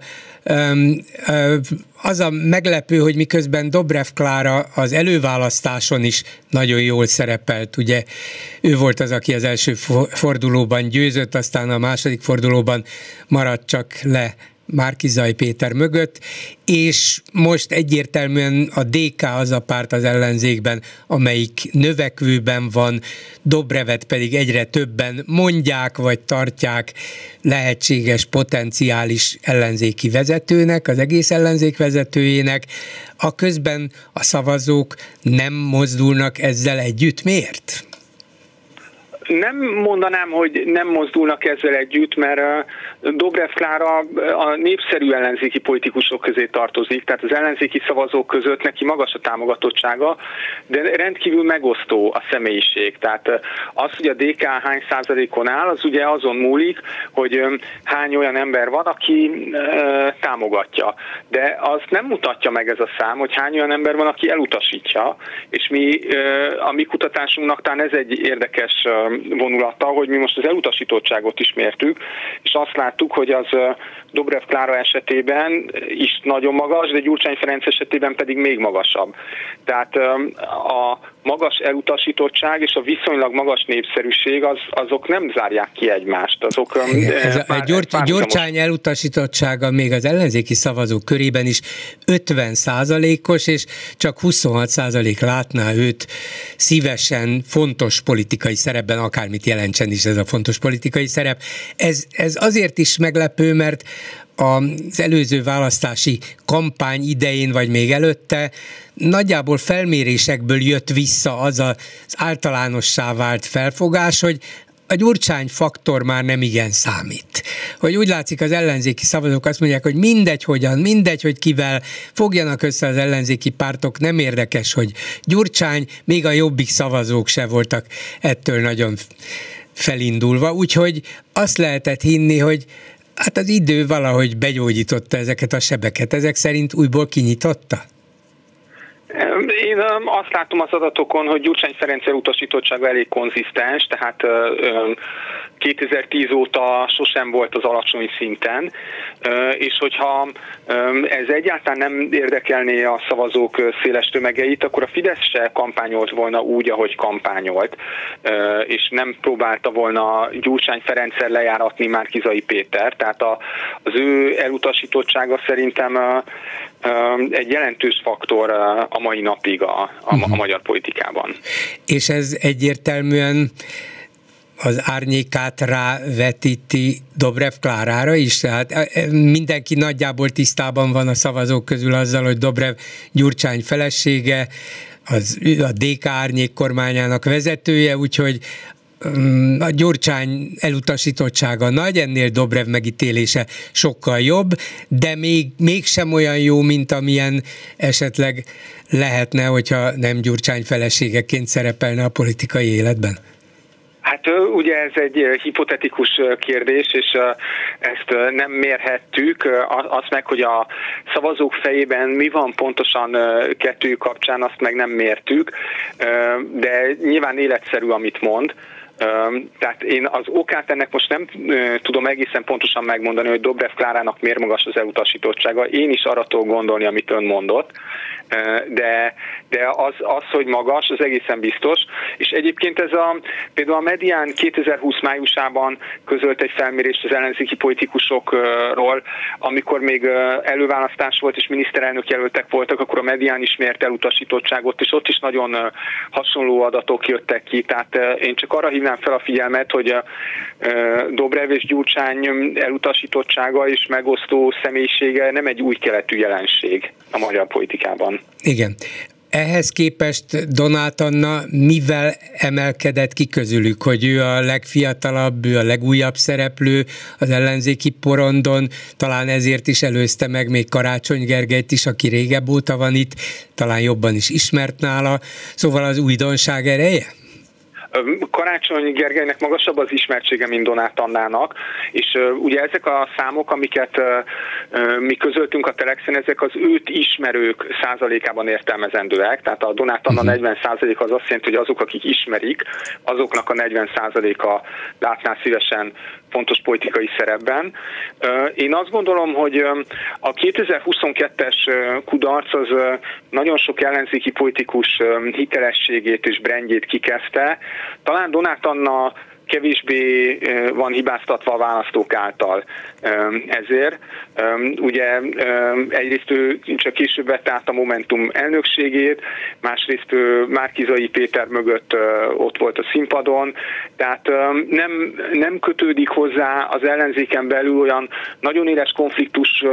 az a meglepő, hogy miközben Dobrev Klára az előválasztáson is nagyon jól szerepelt, ugye ő volt az, aki az első fordulóban győzött, aztán a második fordulóban maradt csak le Márki-Zay Péter mögött, és most egyértelműen a DK az a párt az ellenzékben, amelyik növekvőben van, Dobrevet pedig egyre többen mondják, vagy tartják lehetséges, potenciális ellenzéki vezetőnek, az egész ellenzék vezetőjének, a közben a szavazók nem mozdulnak ezzel együtt. Miért? Nem mondanám, hogy nem mozdulnak ezzel együtt, mert Dobrev Klára a népszerű ellenzéki politikusok közé tartozik, tehát az ellenzéki szavazók között neki magas a támogatottsága, de rendkívül megosztó a személyiség. Tehát az, hogy a DK hány százalékon áll, az ugye azon múlik, hogy hány olyan ember van, aki támogatja. De azt nem mutatja meg ez a szám, hogy hány olyan ember van, aki elutasítja, és a mi kutatásunknak talán ez egy érdekes vonulata, hogy mi most az elutasítottságot is mértük, és azt láttuk, hogy az Dobrev Klára esetében is nagyon magas, de Gyurcsány Ferenc esetében pedig még magasabb. Tehát a magas elutasítottság és a viszonylag magas népszerűség azok nem zárják ki egymást. Gyurcsány elutasítottsága még az ellenzéki szavazók körében is 50%-os, és csak 26% látná őt szívesen fontos politikai szerepben, akármit jelentsen is ez a fontos politikai szerep. Ez azért is meglepő, mert az előző választási kampány idején, vagy még előtte nagyjából felmérésekből jött vissza az az általánossá vált felfogás, hogy a Gyurcsány faktor már nem igen számít. Hogy úgy látszik, az ellenzéki szavazók azt mondják, hogy mindegy hogyan, mindegy, hogy kivel fogjanak össze az ellenzéki pártok, nem érdekes, hogy Gyurcsány, még a Jobbik szavazók se voltak ettől nagyon felindulva, úgyhogy azt lehetett hinni, hogy hát az idő valahogy begyógyította ezeket a sebeket. Ezek szerint újból kinyitotta? Én azt látom az adatokon, hogy Gyurcsány Ferenc elutasítottsága elég konzisztens, tehát 2010 óta sosem volt az alacsony szinten, és hogyha ez egyáltalán nem érdekelné a szavazók széles tömegeit, akkor a Fidesz se kampányolt volna úgy, ahogy kampányolt, és nem próbálta volna Gyurcsány Ferenccel lejáratni Márki-Zay Péter, tehát az ő elutasítottsága szerintem egy jelentős faktor a mai napig a magyar politikában. És ez egyértelműen az árnyékát rávetíti Dobrev Klárára is, tehát mindenki nagyjából tisztában van a szavazók közül azzal, hogy Dobrev Gyurcsány felesége, a DK árnyék kormányának vezetője, úgyhogy a Gyurcsány elutasítottsága nagy, ennél Dobrev megítélése sokkal jobb, de mégsem olyan jó, mint amilyen esetleg lehetne, hogyha nem Gyurcsány feleségeként szerepelne a politikai életben. Hát ugye ez egy hipotetikus kérdés, és ezt nem mérhettük. Azt meg, hogy a szavazók fejében mi van pontosan kettő kapcsán, azt meg nem mértük, de nyilván életszerű, amit mond. Tehát én az okát ennek most nem tudom egészen pontosan megmondani, hogy Dobrev Klárának miért magas az elutasítottsága. Én is arra tudok gondolni, amit ön mondott, de az, hogy magas, az egészen biztos. És egyébként például a Medián 2020 májusában közölt egy felmérést az ellenzéki politikusokról, amikor még előválasztás volt és miniszterelnök jelöltek voltak, akkor a Medián is mért elutasítottságot, és ott is nagyon hasonló adatok jöttek ki. Tehát én csak arra hívnám fel a figyelmet, hogy Dobrev és Gyurcsány elutasítottsága és megosztó személyisége nem egy új keletű jelenség a magyar politikában. Igen. Ehhez képest Donát Anna mivel emelkedett ki közülük, hogy ő a legfiatalabb, ő a legújabb szereplő az ellenzéki porondon, talán ezért is előzte meg még Karácsony Gergelyt is, aki régebb óta van itt, talán jobban is ismert nála, szóval az újdonság ereje? Karácsony Gergelynek magasabb az ismertsége, mint Donát Annának, és ugye ezek a számok, amiket mi közöltünk a Telexen, ezek az őt ismerők százalékában értelmezendőek, tehát a Donát Anna 40% az azt jelenti, hogy azok, akik ismerik, azoknak a 40%-a látná szívesen fontos politikai szerepben. Én azt gondolom, hogy a 2022-es kudarc az nagyon sok ellenzéki politikus hitelességét és brandjét kikezdte. Talán Donát Anna kevésbé van hibáztatva a választók által ezért. Ugye egyrészt ő csak később vette át a Momentum elnökségét, másrészt Márki-Zay Péter mögött ott volt a színpadon, tehát nem kötődik hozzá az ellenzéken belül olyan nagyon éles konfliktus,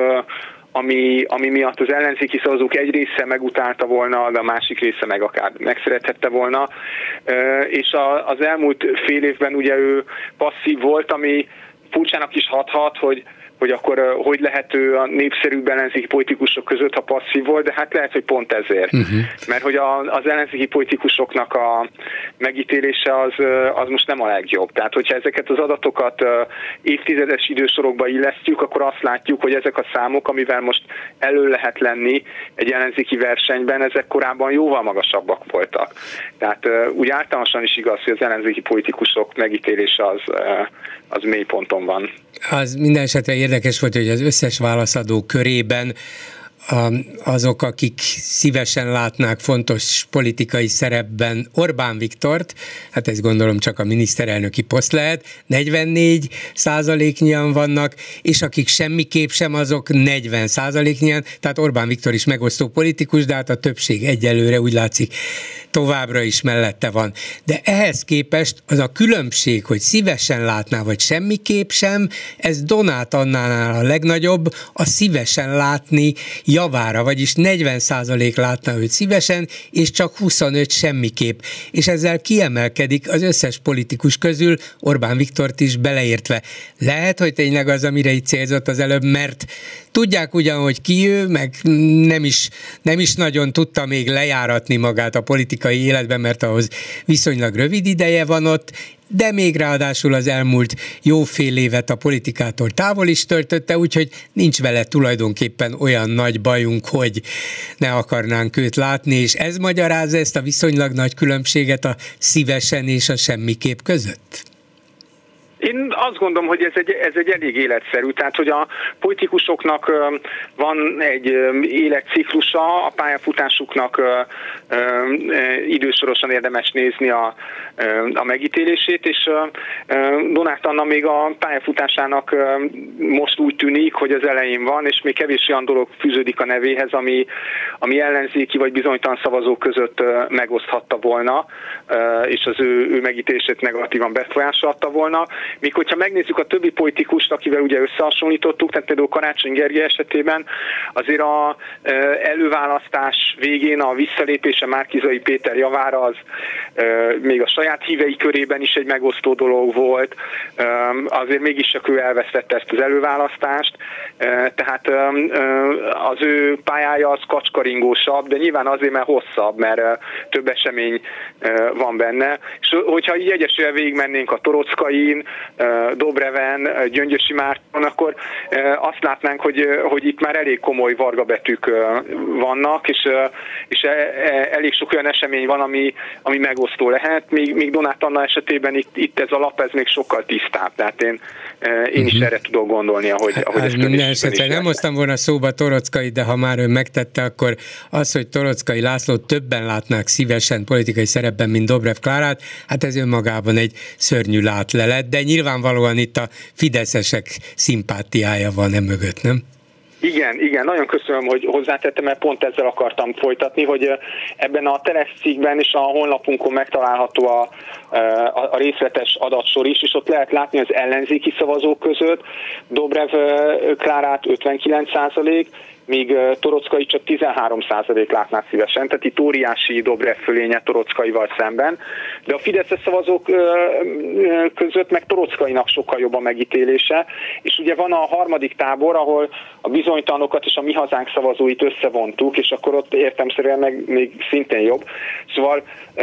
ami miatt az ellenzéki szavazók egy része megutálta volna, de a másik része meg akár megszerethette volna. És az elmúlt fél évben ugye ő passzív volt, ami furcsának is hathat, hogy akkor hogy lehet ő a népszerűbb ellenzéki politikusok között, ha passzív volt, de hát lehet, hogy pont ezért. Mert hogy az ellenzéki politikusoknak a megítélése az most nem a legjobb. Tehát, hogyha ezeket az adatokat évtizedes idősorokba illesztjük, akkor azt látjuk, hogy ezek a számok, amivel most elő lehet lenni egy ellenzéki versenyben, ezek korábban jóval magasabbak voltak. Tehát úgy általánosan is igaz, hogy az ellenzéki politikusok megítélése az mély ponton van. Az minden esetre érdekes volt, hogy az összes válaszadó körében azok, akik szívesen látnák fontos politikai szerepben Orbán Viktort, hát ezt gondolom csak a miniszterelnöki poszt lehet, 44%-nyian vannak, és akik semmiképp sem, azok 40%-nyian, tehát Orbán Viktor is megosztó politikus, de hát a többség egyelőre úgy látszik továbbra is mellette van. De ehhez képest az a különbség, hogy szívesen látná, vagy semmiképp sem, ez Donát Annánál a legnagyobb, a szívesen látni javára, vagyis 40% látná őt szívesen, és csak 25 semmiképp. És ezzel kiemelkedik az összes politikus közül, Orbán Viktort is beleértve. Lehet, hogy tényleg az, amire itt célzott az előbb, mert tudják ugyan, hogy ki ő, meg nem is nagyon tudta még lejáratni magát a politikai életben, mert ahhoz viszonylag rövid ideje van ott, de még ráadásul az elmúlt jó fél évet a politikától távol is töltötte, úgyhogy nincs vele tulajdonképpen olyan nagy bajunk, hogy ne akarnánk őt látni, és ez magyarázza ezt a viszonylag nagy különbséget a szívesen és a semmiképp között? Én azt gondolom, hogy ez egy elég életszerű, tehát hogy a politikusoknak van egy életciklusa, a pályafutásuknak idősorosan érdemes nézni a megítélését, és Donát Anna még a pályafutásának most úgy tűnik, hogy az elején van, és még kevés olyan dolog fűződik a nevéhez, ami ellenzéki vagy bizonytalan szavazók között megoszthatta volna, és az ő megítélését negatívan befolyásolhatta volna. Míg hogyha megnézzük a többi politikust, akivel ugye összehasonlítottuk, tehát például Karácsony Gergely esetében azért az előválasztás végén a visszalépése Márki-Zay Péter javára az még a saját hívei körében is egy megosztó dolog volt, azért mégis csak ő elvesztette ezt az előválasztást, tehát az ő pályája az kacskaringósabb, de nyilván azért, mert hosszabb, mert több esemény van benne, és hogyha így egyesével végigmennénk a Torockain, Dobreven, Gyöngyösi Márton, akkor azt látnánk, hogy itt már elég komoly vargabetűk vannak, és elég sok olyan esemény van, ami megosztó lehet, míg Donát Anna esetében itt ez a lap ez még sokkal tisztább, tehát én is erre tudok gondolni, ahogy ez minden esetre nem hoztam volna szóba Torockai, de ha már ön megtette, akkor az, hogy Torockai Lászlót többen látnák szívesen politikai szerepben, mint Dobrev Klárát, hát ez önmagában egy szörnyű látlelet, de nyilvánvalóan itt a fideszesek szimpátiája van mögött, nem? Igen, nagyon köszönöm, hogy hozzátettem, mert pont ezzel akartam folytatni, hogy ebben a Telex cikkben és a honlapunkon megtalálható a részletes adatsor is, és ott lehet látni az ellenzéki szavazók között Dobrev Klárát 59%, míg Torockai csak 13% látná szívesen, tehát itt óriási Dobrev fölénye Torockaival szemben, de a fideszes szavazók között meg Torockainak sokkal jobb a megítélése, és ugye van a harmadik tábor, ahol a bizonytalanokat és a Mi Hazánk szavazóit összevontuk, és akkor ott értelemszerűen meg még szintén jobb. Szóval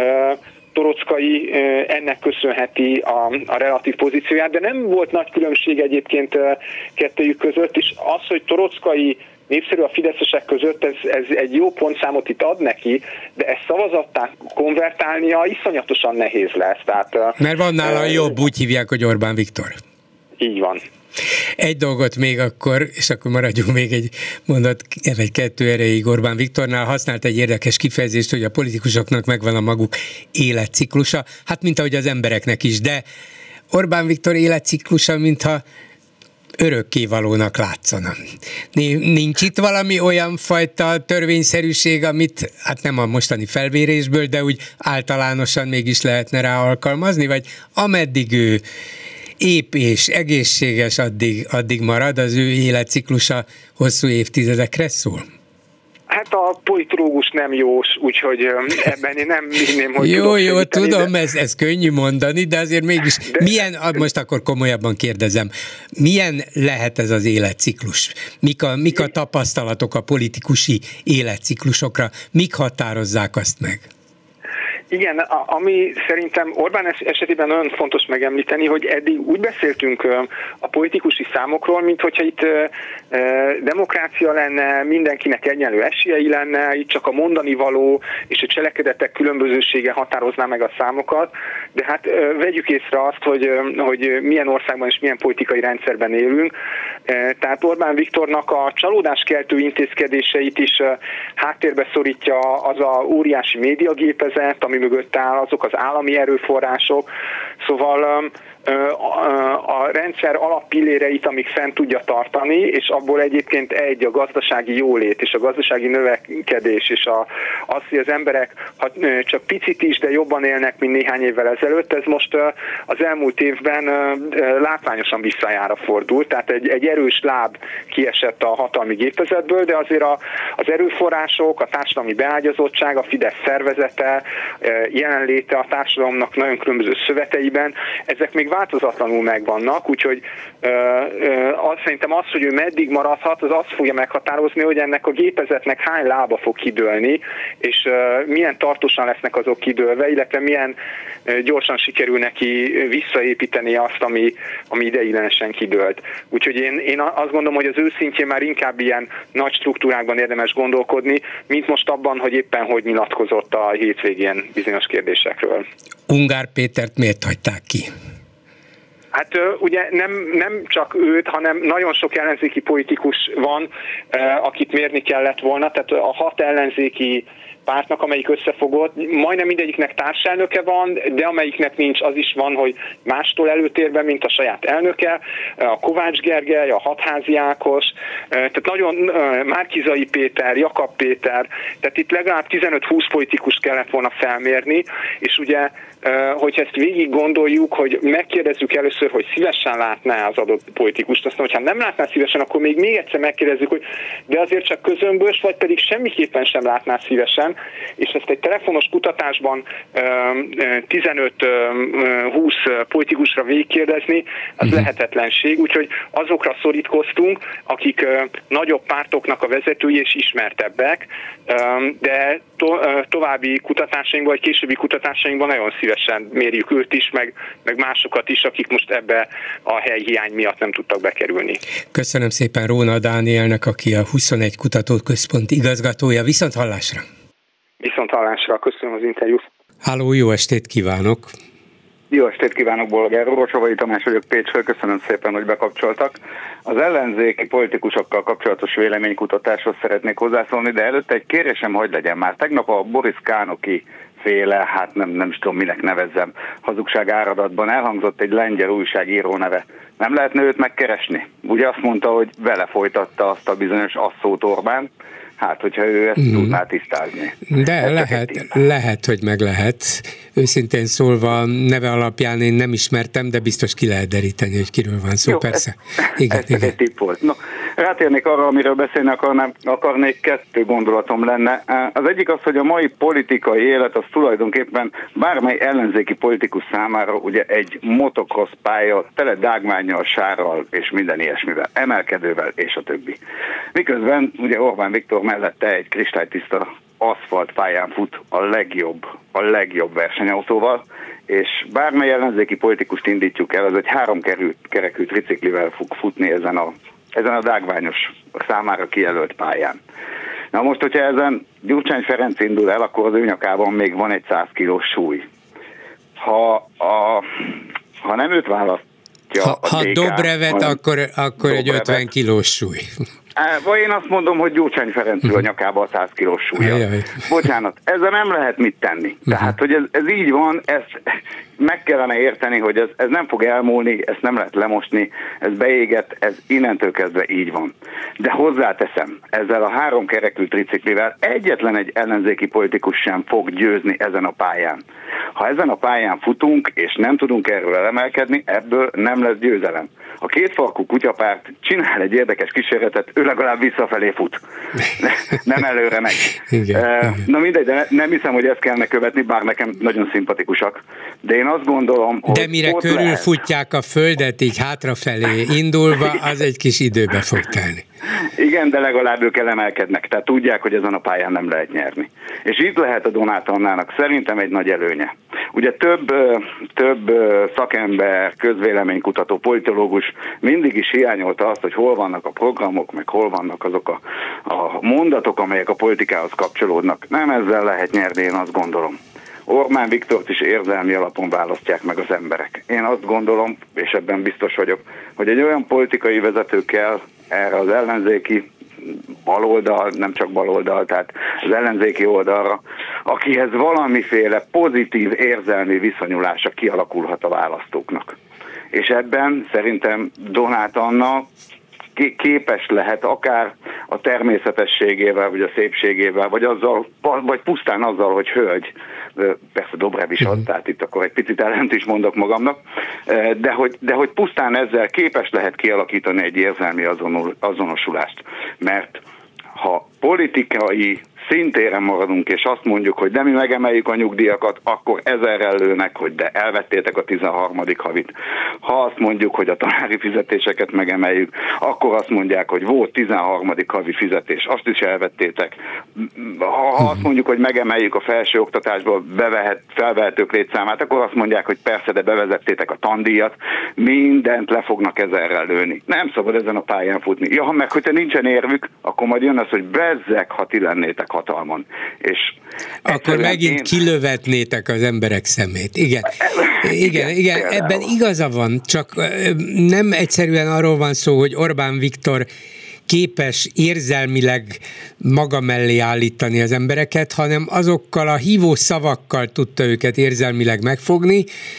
Torockai ennek köszönheti a relatív pozícióját, de nem volt nagy különbség egyébként kettőjük között, és az, hogy Torockai népszerű a fideszesek között, ez egy jó pontszámot itt ad neki, de ezt szavazattá konvertálnia iszonyatosan nehéz lesz. Tehát, mert van nála jobb, úgy hívják, hogy Orbán Viktor. Így van. Egy dolgot még akkor, és akkor maradjunk még egy mondat, vagy kettő erejéig Orbán Viktornál. Használt egy érdekes kifejezést, hogy a politikusoknak megvan a maguk életciklusa, hát mint ahogy az embereknek is, de Orbán Viktor életciklusa, mintha örökkévalónak látszana. Nincs itt valami olyan fajta törvényszerűség, amit hát nem a mostani felvérésből, de úgy általánosan mégis lehetne rá alkalmazni, vagy ameddig ő épp és egészséges, addig marad, az ő életciklusa hosszú évtizedekre szól? Hát a politológus nem jós, úgyhogy ebben én nem hinném, hogy Jó, tudom, ez könnyű mondani, de azért mégis milyen, most akkor komolyabban kérdezem, milyen lehet ez az életciklus? Mik a tapasztalatok a politikusi életciklusokra? Mik határozzák azt meg? Igen, ami szerintem Orbán esetében nagyon fontos megemlíteni, hogy eddig úgy beszéltünk a politikusi számokról, mint hogyha itt demokrácia lenne, mindenkinek egyenlő esélyei lenne, itt csak a mondani való és a cselekedetek különbözősége határozná meg a számokat, de hát vegyük észre azt, hogy milyen országban és milyen politikai rendszerben élünk. Tehát Orbán Viktornak a csalódáskeltő intézkedéseit is háttérbe szorítja az a óriási médiagépezet, ami mögött áll, azok az állami erőforrások. Szóval a rendszer alappilléreit, amik fent tudja tartani, és abból egyébként a gazdasági jólét és a gazdasági növekedés, és az, hogy az emberek ha csak picit is, de jobban élnek, mint néhány évvel ezelőtt, ez most az elmúlt évben látványosan visszajára fordult, tehát egy erős láb kiesett a hatalmi gépezetből, de azért az erőforrások, a társadalmi beágyazottság, a Fidesz szervezete, jelenléte a társadalomnak nagyon különböző szöveteiben, ezek még változatlanul megvannak, úgyhogy szerintem az, hogy ő meddig maradhat, az azt fogja meghatározni, hogy ennek a gépezetnek hány lába fog kidőlni, és milyen tartósan lesznek azok kidőlve, illetve milyen gyorsan sikerül neki visszaépíteni azt, ami ideiglenesen kidőlt. Úgyhogy én azt gondolom, hogy az ő szintjén már inkább ilyen nagy struktúrákban érdemes gondolkodni, mint most abban, hogy éppen hogy nyilatkozott a hétvégén bizonyos kérdésekről. Ungár Pétert miért hagyták ki? Hát ugye nem csak őt, hanem nagyon sok ellenzéki politikus van, akit mérni kellett volna, tehát a 6 ellenzéki pártnak, amelyik összefogott, majdnem mindegyiknek társelnöke van, de amelyiknek nincs, az is van, hogy mástól előtérben, mint a saját elnöke, a Kovács Gergely, a Hatházi Ákos, tehát nagyon Márki-Zay Péter, Jakab Péter, tehát itt legalább 15-20 politikus kellett volna felmérni, és ugye, hogyha ezt végig gondoljuk, hogy megkérdezzük először, hogy szívesen látná az adott politikust, aztán, hogyha nem látná szívesen, akkor még egyszer megkérdezzük, hogy de azért csak közömbös, vagy pedig semmiképpen sem látná szívesen, és ezt egy telefonos kutatásban 15-20 politikusra végigkérdezni, az lehetetlenség, úgyhogy azokra szorítkoztunk, akik nagyobb pártoknak a vezetői és ismertebbek, de további kutatásainkban, vagy későbbi kutatásainkban nagyon szívesen mérjük őt is, meg másokat is, akik most ebbe a helyhiány miatt nem tudtak bekerülni. Köszönöm szépen Róna Dánielnek, aki a 21 Kutatóközpont igazgatója. Viszont hallásra! Viszont hallásra, köszönöm az interjút. Háló, jó estét kívánok! Jó estét kívánok, Bolgár úr, Savai Tamás vagyok Pécsről, köszönöm szépen, hogy bekapcsoltak. Az ellenzéki politikusokkal kapcsolatos véleménykutatáshoz szeretnék hozzászólni, de előtte egy kérésem, hogy legyen már. Tegnap a Boris Kánoki féle, hát nem is tudom minek nevezzem, hazugság áradatban elhangzott egy lengyel újságíró neve. Nem lehetne őt megkeresni? Ugye azt mondta, hogy vele folytatta azt a bizonyos asszót Orbán. Hát, hogyha ő ezt tudná tisztázni. De lehet, hogy meg lehet. Őszintén szólva, neve alapján én nem ismertem, de biztos ki lehet deríteni, hogy kiről van szó. Jó, persze. Igen. Egy tipp volt. No, rátérnék arra, amiről beszélni akarnék, 2 gondolatom lenne. Az egyik az, hogy a mai politikai élet az tulajdonképpen bármely ellenzéki politikus számára ugye egy motocross pálya, tele dágmánnyal, sárral és minden ilyesmivel, emelkedővel és a többi. Miközben ugye Orbán Viktor mellette egy kristálytiszta aszfaltpályán fut a legjobb versenyautóval, és bármely ellenzéki politikust indítjuk el, az egy 3 kerekű triciklivel fog futni ezen a dágványos számára kijelölt pályán. Na most, hogyha ezen Gyurcsány Ferenc indul el, akkor az ő nyakában még van egy 100 kilós súly. Ha nem őt választja ha Dobrevet, akkor egy 50 kilós súly. Vagy én azt mondom, hogy Gyurcsány Ferenc a nyakába a 100 kilós súlya. Bocsánat, ezzel nem lehet mit tenni. Tehát, hogy ez így van, ezt meg kellene érteni, hogy ez nem fog elmúlni, ezt nem lehet lemosni, ez beégett, ez innentől kezdve így van. De hozzáteszem, ezzel a 3 kerekű triciklivel egyetlen egy ellenzéki politikus sem fog győzni ezen a pályán. Ha ezen a pályán futunk, és nem tudunk erről elemelkedni, ebből nem lesz győzelem. Ha kétfarkú kutyapárt csinál egy érdekes kísérletet, ő legalább visszafelé fut. Nem előre megy. Na mindegy, de nem hiszem, hogy ezt kellene követni, bár nekem nagyon szimpatikusak. De én azt gondolom, hogy de mire körülfutják a földet, így hátrafelé indulva, az egy kis időbe fog telni. Igen, de legalább ők elemelkednek, tehát tudják, hogy ezen a pályán nem lehet nyerni. És itt lehet a Donát Annának szerintem egy nagy előnye. Ugye több szakember, közvéleménykutató, politológus mindig is hiányolta azt, hogy hol vannak a programok, meg hol vannak azok a mondatok, amelyek a politikához kapcsolódnak. Nem ezzel lehet nyerni, én azt gondolom. Orbán Viktort is érzelmi alapon választják meg az emberek. Én azt gondolom, és ebben biztos vagyok, hogy egy olyan politikai vezető kell erre az ellenzéki baloldal, nem csak baloldal, tehát az ellenzéki oldalra, akihez valamiféle pozitív érzelmi viszonyulása kialakulhat a választóknak. És ebben szerintem Donát Anna képes lehet akár a természetességével, vagy a szépségével, vagy pusztán azzal, hogy hölgy, persze Dobrev is ad, tehát itt akkor egy picit ellent is mondok magamnak, de hogy pusztán ezzel képes lehet kialakítani egy érzelmi azonosulást. Mert ha politikai szintéren maradunk, és azt mondjuk, hogy de mi megemeljük a nyugdíjakat, akkor ezerrel lőnek, hogy de elvettétek a 13. havit. Ha azt mondjuk, hogy a tanári fizetéseket megemeljük, akkor azt mondják, hogy volt 13. havi fizetés, azt is elvettétek. Ha azt mondjuk, hogy megemeljük a felsőoktatásból felvehetők létszámát, akkor azt mondják, hogy persze, de bevezettétek a tandíjat, mindent le fognak ezerrel lőni. Nem szabad ezen a pályán futni. Ja, meg hogyha nincsen érvük, akkor majd jön az, hogy bezzeg, ha ti lennétek hatalmon. És akkor megint kilövetnétek az emberek szemét. Igen, ebben igaza van, csak nem egyszerűen arról van szó, hogy Orbán Viktor képes érzelmileg maga mellé állítani az embereket, hanem azokkal a hívó szavakkal tudta őket érzelmileg megfogni,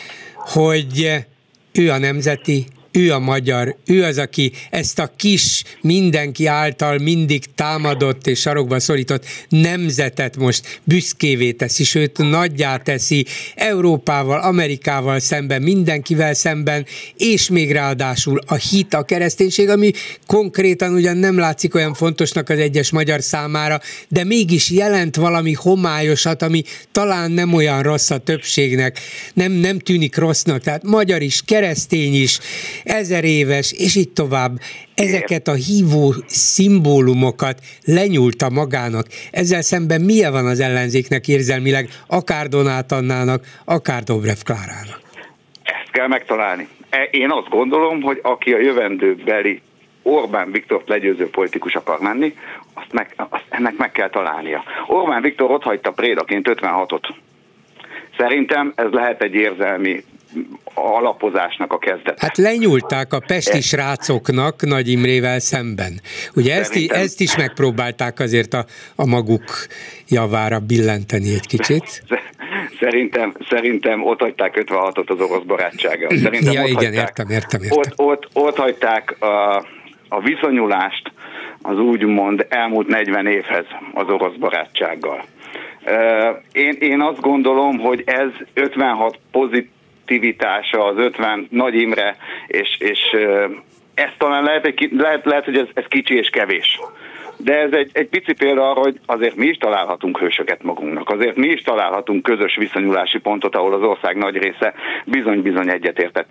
hogy ő a nemzeti, ő a magyar, ő az, aki ezt a kis, mindenki által mindig támadott és sarokba szorított nemzetet most büszkévé teszi, sőt nagyjá teszi Európával, Amerikával szemben, mindenkivel szemben, és még ráadásul a hit, a kereszténység, ami konkrétan ugyan nem látszik olyan fontosnak az egyes magyar számára, de mégis jelent valami homályosat, ami talán nem olyan rossz a többségnek, nem tűnik rossznak, tehát magyar is, keresztény is, 1000 éves, és így tovább. Ezeket a hívó szimbólumokat lenyúlta magának. Ezzel szemben milyen van az ellenzéknek érzelmileg, akár Donát Annának, akár Dobrev Klárának? Ezt kell megtalálni. Én azt gondolom, hogy aki a jövendőbeli Orbán Viktort legyőző politikus akar menni, ennek meg kell találnia. Orbán Viktor otthagyta prédaként 56-ot. Szerintem ez lehet egy érzelmi alapozásnak a kezdete. Hát lenyúlták a pesti srácoknak Nagy Imrével szemben. Ugye ezt is megpróbálták azért a maguk javára billenteni egy kicsit. Szerintem ott hagyták 56-ot az orosz barátsággal. Ja, igen, értem. Ott hagyták a viszonyulást az úgymond elmúlt 40 évhez az orosz barátsággal. Én azt gondolom, hogy ez 56 pozitivitása, az 50 Nagy Imre, és ez talán lehet hogy ez kicsi és kevés. De ez egy pici példa arra, hogy azért mi is találhatunk hősöket magunknak. Azért mi is találhatunk közös viszonyulási pontot, ahol az ország nagy része bizony-bizony egyetértett.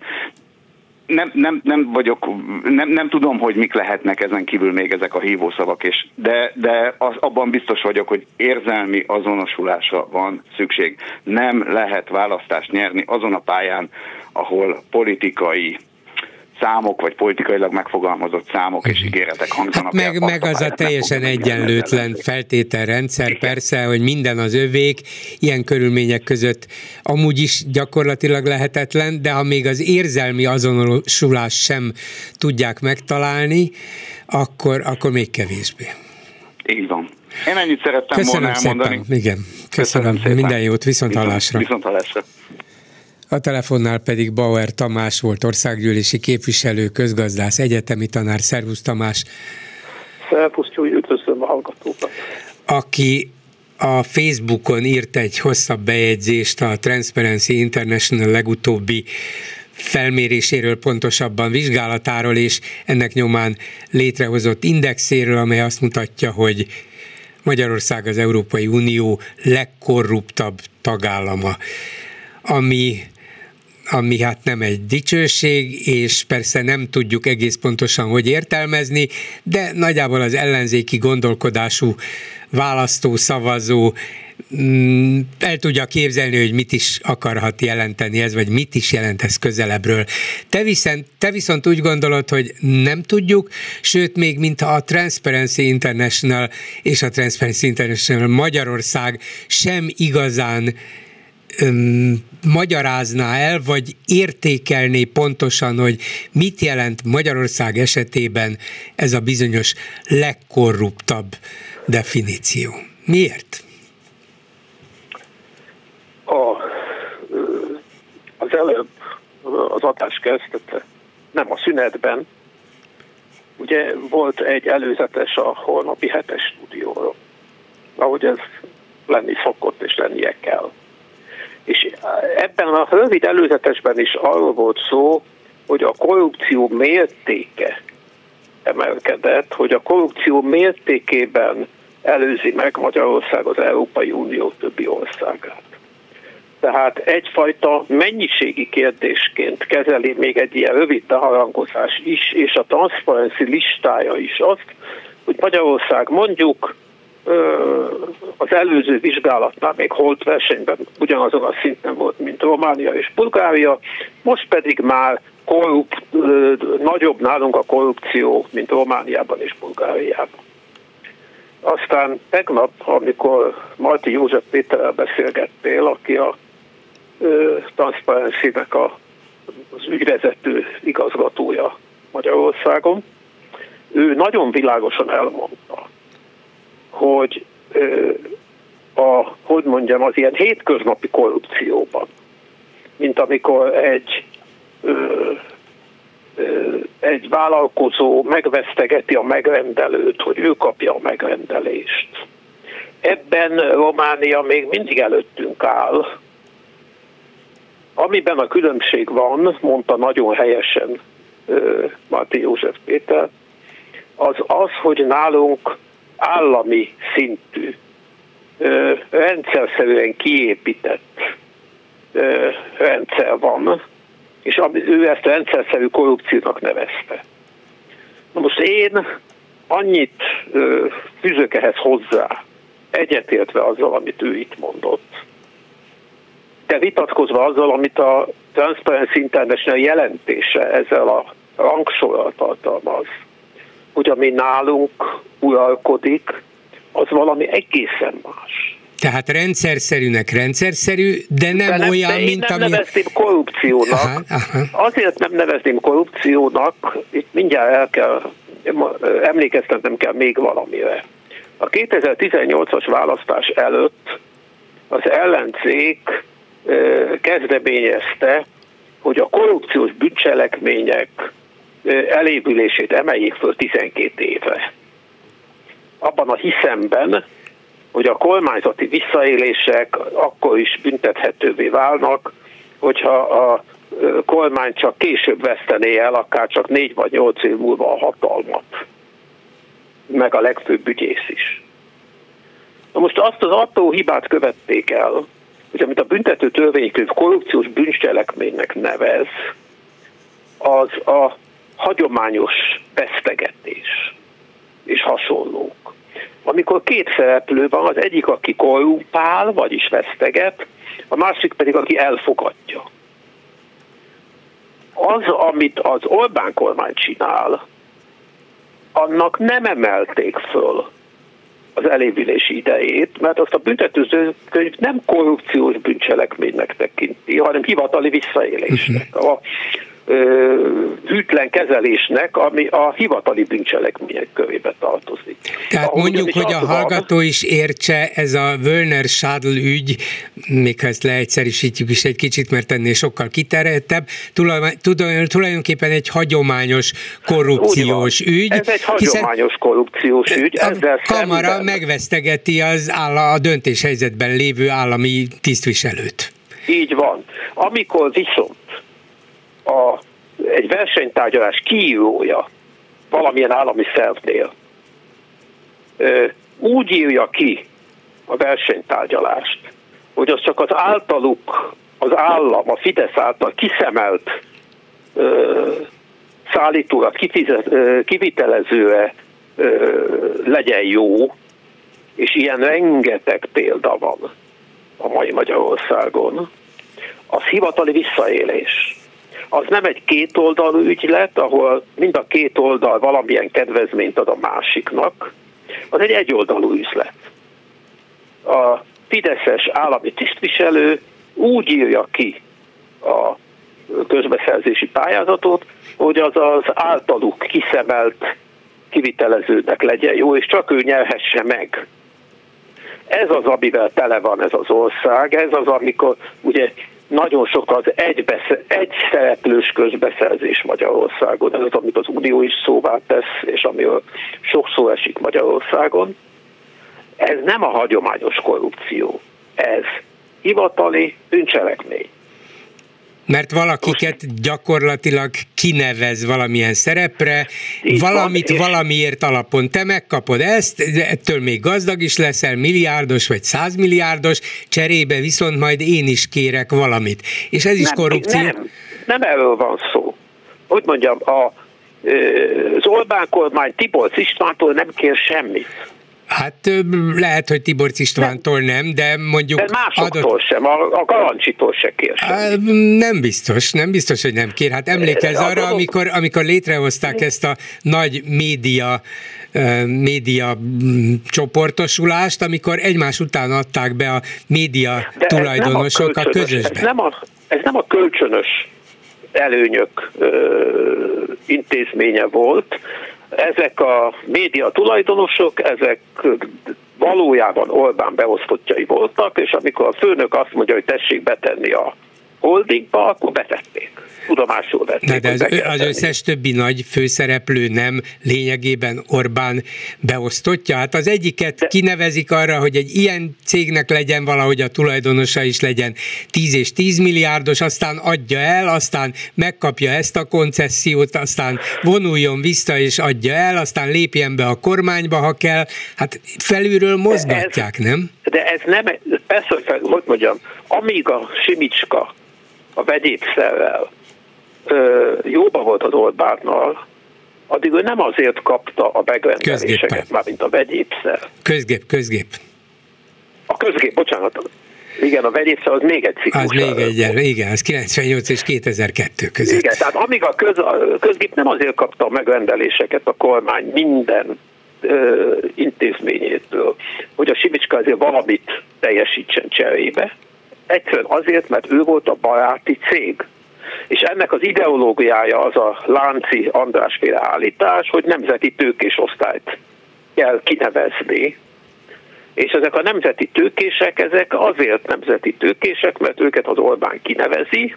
Nem tudom, hogy mik lehetnek ezen kívül még ezek a hívószavak, de abban biztos vagyok, hogy érzelmi azonosulásra van szükség. Nem lehet választást nyerni azon a pályán, ahol politikai számok, vagy politikailag megfogalmazott számok és ígéretek hangzanak. Meg az a teljesen egyenlőtlen feltételrendszer, persze, hogy minden az övék, ilyen körülmények között amúgy is gyakorlatilag lehetetlen, de ha még az érzelmi azonosulást sem tudják megtalálni, akkor még kevésbé. Így van. Én ennyit szerettem volna elmondani. Szépen. Igen. Köszönöm szépen. Minden jót, viszonthallásra. Viszonthallásra. A telefonnál pedig Bauer Tamás volt, országgyűlési képviselő, közgazdász, egyetemi tanár. Szervusz Tamás! Szervusz, Gyuri, üdvözlöm a hallgatókat! Aki a Facebookon írt egy hosszabb bejegyzést a Transparency International legutóbbi felméréséről, pontosabban vizsgálatáról és ennek nyomán létrehozott indexéről, amely azt mutatja, hogy Magyarország az Európai Unió legkorruptabb tagállama, ami hát nem egy dicsőség, és persze nem tudjuk egész pontosan, hogy értelmezni, de nagyjából az ellenzéki gondolkodású választó, szavazó el tudja képzelni, hogy mit is akarhat jelenteni ez, vagy mit is jelent ez közelebbről. Te viszont úgy gondolod, hogy nem tudjuk, sőt még mintha a Transparency International és a Transparency International Magyarország sem igazán magyarázná el, vagy értékelné pontosan, hogy mit jelent Magyarország esetében ez a bizonyos legkorruptabb definíció. Miért? Az előbb az adás kezdete, nem a szünetben, ugye volt egy előzetes a holnapi 7-es stúdióról, ahogy ez lenni szokott és lennie kell. És ebben a rövid előzetesben is arról volt szó, hogy a korrupció mértéke emelkedett, hogy a korrupció mértékében előzi meg Magyarország az Európai Unió többi országát. Tehát egyfajta mennyiségi kérdésként kezeli még egy ilyen rövid beharangozás is, és a Transparency listája is azt, hogy Magyarország mondjuk az előző vizsgálatnál még holt versenyben ugyanazon a szinten volt, mint Románia és Bulgária, most pedig már nagyobb nálunk a korrupció, mint Romániában és Bulgáriában. Aztán tegnap, amikor Marti József Péterrel beszélgettél, aki a Transparency-nek az ügyvezető igazgatója Magyarországon, ő nagyon világosan elmondta, hogy az ilyen hétköznapi korrupcióban, mint amikor egy vállalkozó megvesztegeti a megrendelőt, hogy ő kapja a megrendelést. Ebben Románia még mindig előttünk áll. Amiben a különbség van, mondta nagyon helyesen Marti József Péter, az, hogy nálunk állami szintű, rendszerszerűen kiépített rendszer van, és ő ezt rendszerszerű korrupciónak nevezte. Na most én annyit fűzök ehhez hozzá, egyetértve azzal, amit ő itt mondott, de vitatkozva azzal, amit a Transparency International jelentése ezzel a rangsorral tartalmaz, hogy ami nálunk uralkodik, az valami egészen más. Tehát rendszerszerűnek rendszerszerű, de nem olyan, mint ami... nem nevezném korrupciónak. Azért nem nevezném korrupciónak, itt mindjárt emlékeztetnem kell még valamire. A 2018-as választás előtt az ellenzék kezdeményezte, hogy a korrupciós bűncselekmények elévülését emeljék föl 12 évre. Abban a hiszemben, hogy a kormányzati visszaélések akkor is büntethetővé válnak, hogyha a kormány csak később vesztené el, akár csak 4 vagy 8 év múlva a hatalmat, meg a legfőbb ügyész is. Na most azt az apró hibát követték el, hogy amit a büntető törvénykönyv korrupciós bűncselekménynek nevez, az a hagyományos vesztegetés és hasonlók. Amikor két szereplő van, az egyik, aki korrumpál, vagyis veszteget, a másik pedig, aki elfogadja. Az, amit az Orbán kormány csinál, annak nem emelték föl az elévülési idejét, mert azt a büntetőkönyv nem korrupciós bűncselekménynek tekinti, hanem hivatali visszaélésnek, a hűtlen kezelésnek, ami a hivatali bűncselekmények körébe tartozik. Tehát mondjuk, hogy a hallgató is értse, ez a Wölner-Schadl ügy, még ha ezt leegyszerűsítjük is egy kicsit, mert ennél sokkal kiterjedtebb, tulajdonképpen egy hagyományos korrupciós ügy. Ez egy hagyományos korrupciós ügy. A kamara megvesztegeti a döntéshelyzetben lévő állami tisztviselőt. Így van. Amikor viszont egy versenytárgyalás kiírója valamilyen állami szervnél úgy írja ki a versenytárgyalást, hogy az csak az általuk, az állam, a Fidesz által kiszemelt szállítóra, kivitelezőre legyen jó, és ilyen rengeteg példa van a mai Magyarországon, az hivatali visszaélés. Az nem egy kétoldalú ügylet, ahol mind a két oldal valamilyen kedvezményt ad a másiknak, az egy egyoldalú üzlet. A fideszes állami tisztviselő úgy írja ki a közbeszerzési pályázatot, hogy az az általuk kiszemelt kivitelezőnek legyen jó, és csak ő nyerhesse meg. Ez az, amivel tele van ez az ország, ez az, amikor ugye nagyon sok az egy szereplős közbeszerzés Magyarországon, ez az, amit az Unió is szóvá tesz, és amiről sok szó esik Magyarországon. Ez nem a hagyományos korrupció, ez hivatali bűncselekmény. Mert valakiket gyakorlatilag kinevez valamilyen szerepre, valamit valamiért alapon. Te megkapod ezt, ettől még gazdag is leszel, milliárdos vagy 100 milliárdos, cserébe viszont majd én is kérek valamit. És ez is korrupció. Nem erről van szó. Hogy mondjam, az Orbán kormány Tiborcs Istvántól nem kér semmit. Hát lehet, hogy Tiborcs Istvántól nem, de mondjuk... De másoktól sem, a Garancsitól se kér semmit. Nem biztos, hogy nem kér. Hát emlékezz arra, amikor létrehozták ezt a nagy média csoportosulást, amikor egymás után adták be a média tulajdonosok a közösbe. Ez nem a kölcsönös előnyök intézménye volt. Ezek a média tulajdonosok, ezek valójában Orbán beosztottjai voltak, és amikor a főnök azt mondja, hogy tessék betenni a holdingba, akkor betették. Tudomásul vették. De az összes többi nagy főszereplő nem lényegében Orbán beosztottja? Hát az egyiket kinevezik arra, hogy egy ilyen cégnek legyen valahogy a tulajdonosa is legyen 10 és 10 milliárdos, aztán adja el, aztán megkapja ezt a koncessziót, aztán vonuljon vissza és adja el, aztán lépjen be a kormányba, ha kell. Hát felülről mozgatják, nem? De ez nem, persze, hogy mondjam, amíg a Simicska a vegyépszerrel jóba volt az Orbánnal, addig ő nem azért kapta a megrendeléseket, mármint a vegyépszer. Közgép. A közgép, bocsánat. Igen, a vegyépszer az még egy ciklus. Az még egy, igen, az 98 és 2002 között. Igen, tehát amíg a közgép nem azért kapta a megrendeléseket a kormány minden intézményétől, hogy a Simicska azért valamit teljesítsen cserébe. Egyszerűen azért, mert ő volt a baráti cég. És ennek az ideológiája az a Lánci Andrásféle állítás, hogy nemzeti tőkés osztályt kell kinevezni. És ezek a nemzeti tőkések, ezek azért nemzeti tőkések, mert őket az Orbán kinevezi,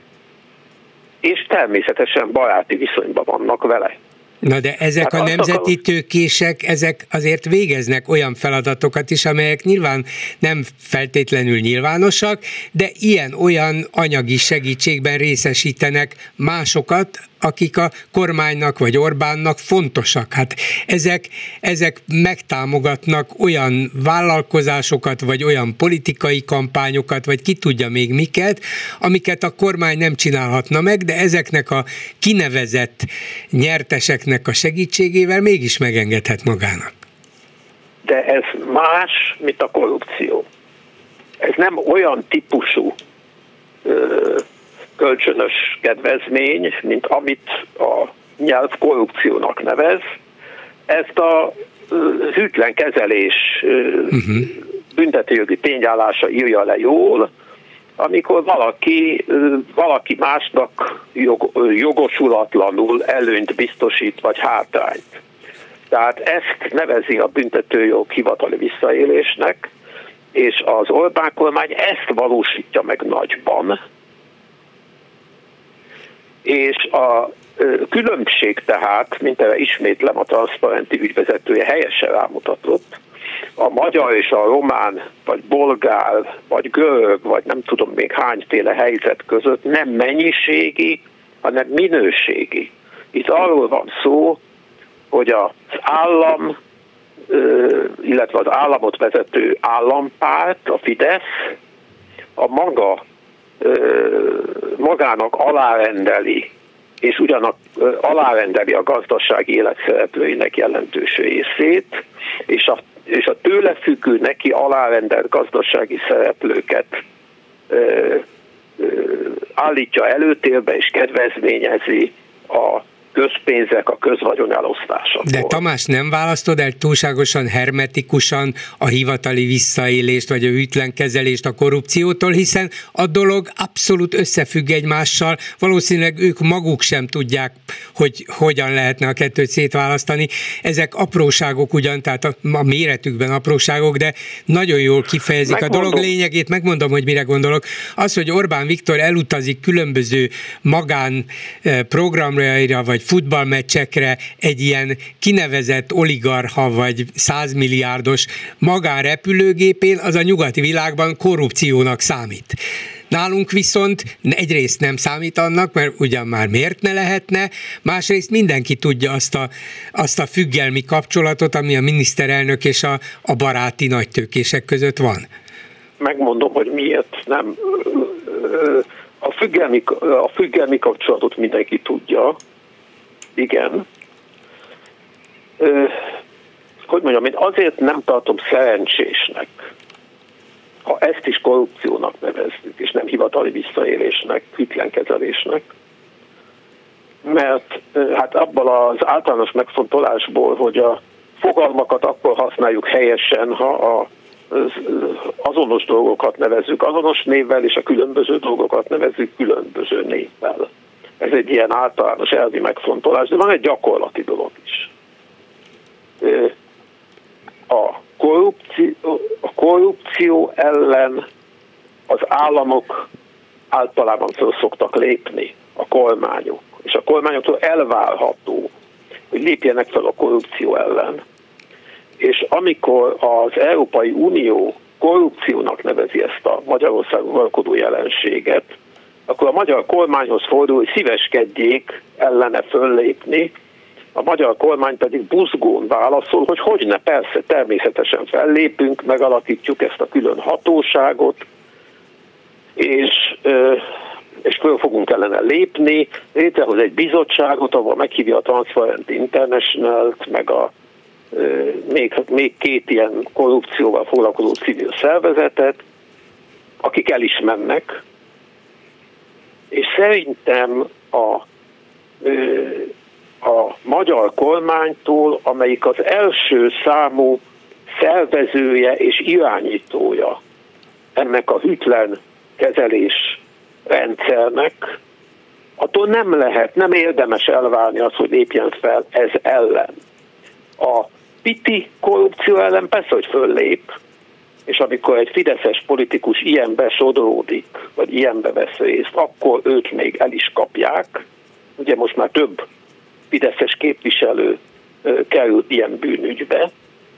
és természetesen baráti viszonyban vannak vele. Na de ezek a nemzeti tőkések, ezek azért végeznek olyan feladatokat is, amelyek nyilván nem feltétlenül nyilvánosak, de ilyen-olyan anyagi segítségben részesítenek másokat, akik a kormánynak vagy Orbánnak fontosak. Hát ezek megtámogatnak olyan vállalkozásokat, vagy olyan politikai kampányokat, vagy ki tudja még miket, amiket a kormány nem csinálhatna meg, de ezeknek a kinevezett nyerteseknek a segítségével mégis megengedhet magának. De ez más, mint a korrupció. Ez nem olyan típusú kölcsönös kedvezmény, mint amit a nyelv korrupciónak nevez. Ezt a hűtlen kezelés büntetőjogi tényállása írja le jól, amikor valaki másnak jogosulatlanul előnyt biztosít, vagy hátrányt. Tehát ezt nevezi a büntetőjog hivatali visszaélésnek, és az Orbán kormány ezt valósítja meg nagyban. És a különbség tehát, mint erre ismétlem a Transzparenti ügyvezetője helyesen rámutatott, a magyar és a román, vagy bolgár, vagy görög, vagy nem tudom még hányféle helyzet között nem mennyiségi, hanem minőségi. Itt arról van szó, hogy az állam, illetve az államot vezető állampárt, a Fidesz, a magának alárendeli, és alárendeli a gazdasági élet szereplőinek jelentős részét, és a tőle függő neki alárendelt gazdasági szereplőket állítja előtérbe és kedvezményezi a közpénzek, a közvagyon elosztásakor. De Tamás, nem választod el túlságosan hermetikusan a hivatali visszaélést, vagy a hűtlen kezelést a korrupciótól, hiszen a dolog abszolút összefügg egymással, valószínűleg ők maguk sem tudják, hogy hogyan lehetne a kettőt szétválasztani. Ezek apróságok ugyan, tehát a méretükben apróságok, de nagyon jól kifejezik a dolog lényegét. Megmondom, hogy mire gondolok. Az, hogy Orbán Viktor elutazik különböző magánprogramjaira, vagy futballmeccsekre egy ilyen kinevezett oligarcha vagy 100 milliárdos magánrepülőgépén, az a nyugati világban korrupciónak számít. Nálunk viszont egyrészt nem számít annak, mert ugyan már miért ne lehetne, másrészt mindenki tudja azt a függelmi kapcsolatot, ami a miniszterelnök és a baráti nagytőkések között van. Megmondom, hogy miért nem. A függelmi kapcsolatot mindenki tudja. Igen. Hogy mondjam, én azért nem tartom szerencsésnek, ha ezt is korrupciónak nevezzük, és nem hivatali visszaélésnek, hűtlenkezelésnek, mert hát abból az általános megfontolásból, hogy a fogalmakat akkor használjuk helyesen, ha az azonos dolgokat nevezzük azonos névvel, és a különböző dolgokat nevezzük különböző névvel. Ez egy ilyen általános elvi megfontolás, de van egy gyakorlati dolog is. A korrupció ellen az államok általában föl szoktak lépni, a kormányok. És a kormányoktól elvárható, hogy lépjenek fel a korrupció ellen. És amikor az Európai Unió korrupciónak nevezi ezt a Magyarországon uralkodó jelenséget, akkor a magyar kormányhoz fordul, hogy szíveskedjék ellene föllépni, a magyar kormány pedig buzgón válaszol, hogy hogyne, persze, természetesen fellépünk, megalakítjuk ezt a külön hatóságot, és föl fogunk ellene lépni, létrehoz egy bizottságot, ahol meghívja a Transparency International-t, meg még két ilyen korrupcióval foglalkozó civil szervezetet, akik el is mennek, és szerintem a magyar kormánytól, amelyik az első számú szervezője és irányítója ennek a hűtlen kezelés rendszernek, attól nem érdemes elvárni azt, hogy lépjen fel ez ellen. A piti korrupció ellen persze, hogy föllép, és amikor egy fideszes politikus ilyenbe sodródik, vagy ilyenbe vesz részt, akkor őt még el is kapják. Ugye most már több fideszes képviselő került ilyen bűnügybe,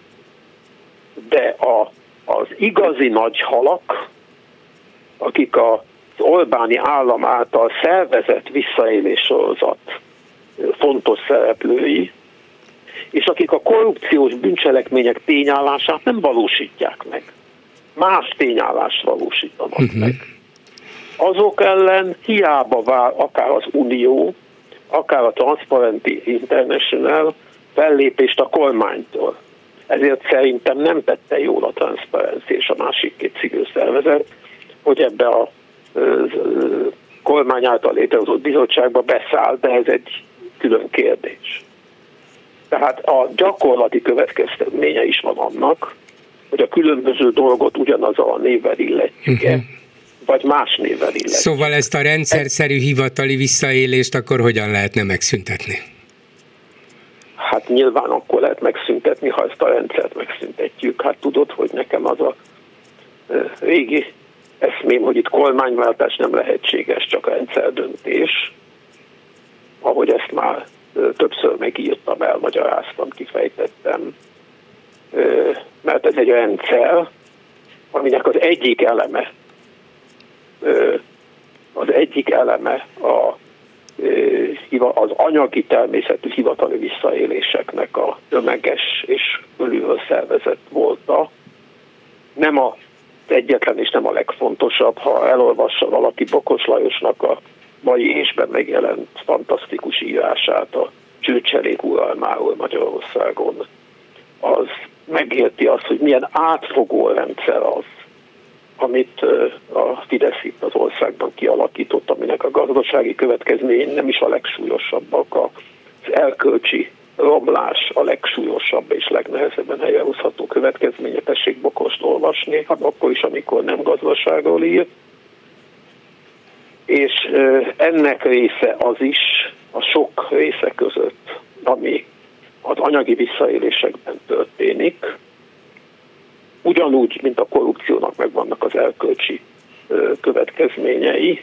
de az igazi nagy halak, akik az Orbáni állam által szervezett visszaélés sorozat fontos szereplői, és akik a korrupciós bűncselekmények tényállását nem valósítják meg. Más tényállást valósítanak meg. Azok ellen hiába vár akár az Unió, akár a Transparency International fellépést a kormánytól. Ezért szerintem nem tette jól a Transparency és a másik két civil szervezet, hogy ebbe a kormány által létrehozott bizottságba beszáll, de ez egy külön kérdés. Tehát a gyakorlati következménye is van annak, hogy a különböző dolgot ugyanazzal a névvel illetjük-e, vagy más névvel illetjük. Szóval ezt a rendszerszerű hivatali visszaélést akkor hogyan lehetne megszüntetni? Hát nyilván akkor lehet megszüntetni, ha ezt a rendszert megszüntetjük. Hát tudod, hogy nekem az a régi eszmém, hogy itt kormányváltás nem lehetséges, csak rendszerdöntés. Ahogy ezt már többször megírtam, elmagyaráztam, kifejtettem. Mert ez egy rendszer, aminek az egyik eleme a az anyagi természetű hivatali visszaéléseknek a tömeges és körülbelül szervezett volta. Nem az egyetlen és nem a legfontosabb, ha elolvassa valaki Bokos Lajosnak a mai ésben megjelent fantasztikus írását a csőcserék uralmáról Magyarországon, az megérti azt, hogy milyen átfogó rendszer az, amit a Fidesz itt az országban kialakított, aminek a gazdasági következményei nem is a legsúlyosabbak, az erkölcsi romlás a legsúlyosabb és legnehezebben helyreúszható következménye. Tessék Bokost olvasni, akkor is, amikor nem gazdaságról ír. És ennek része az is, a sok része között, ami az anyagi visszaélésekben történik, ugyanúgy, mint a korrupciónak megvannak az erkölcsi következményei,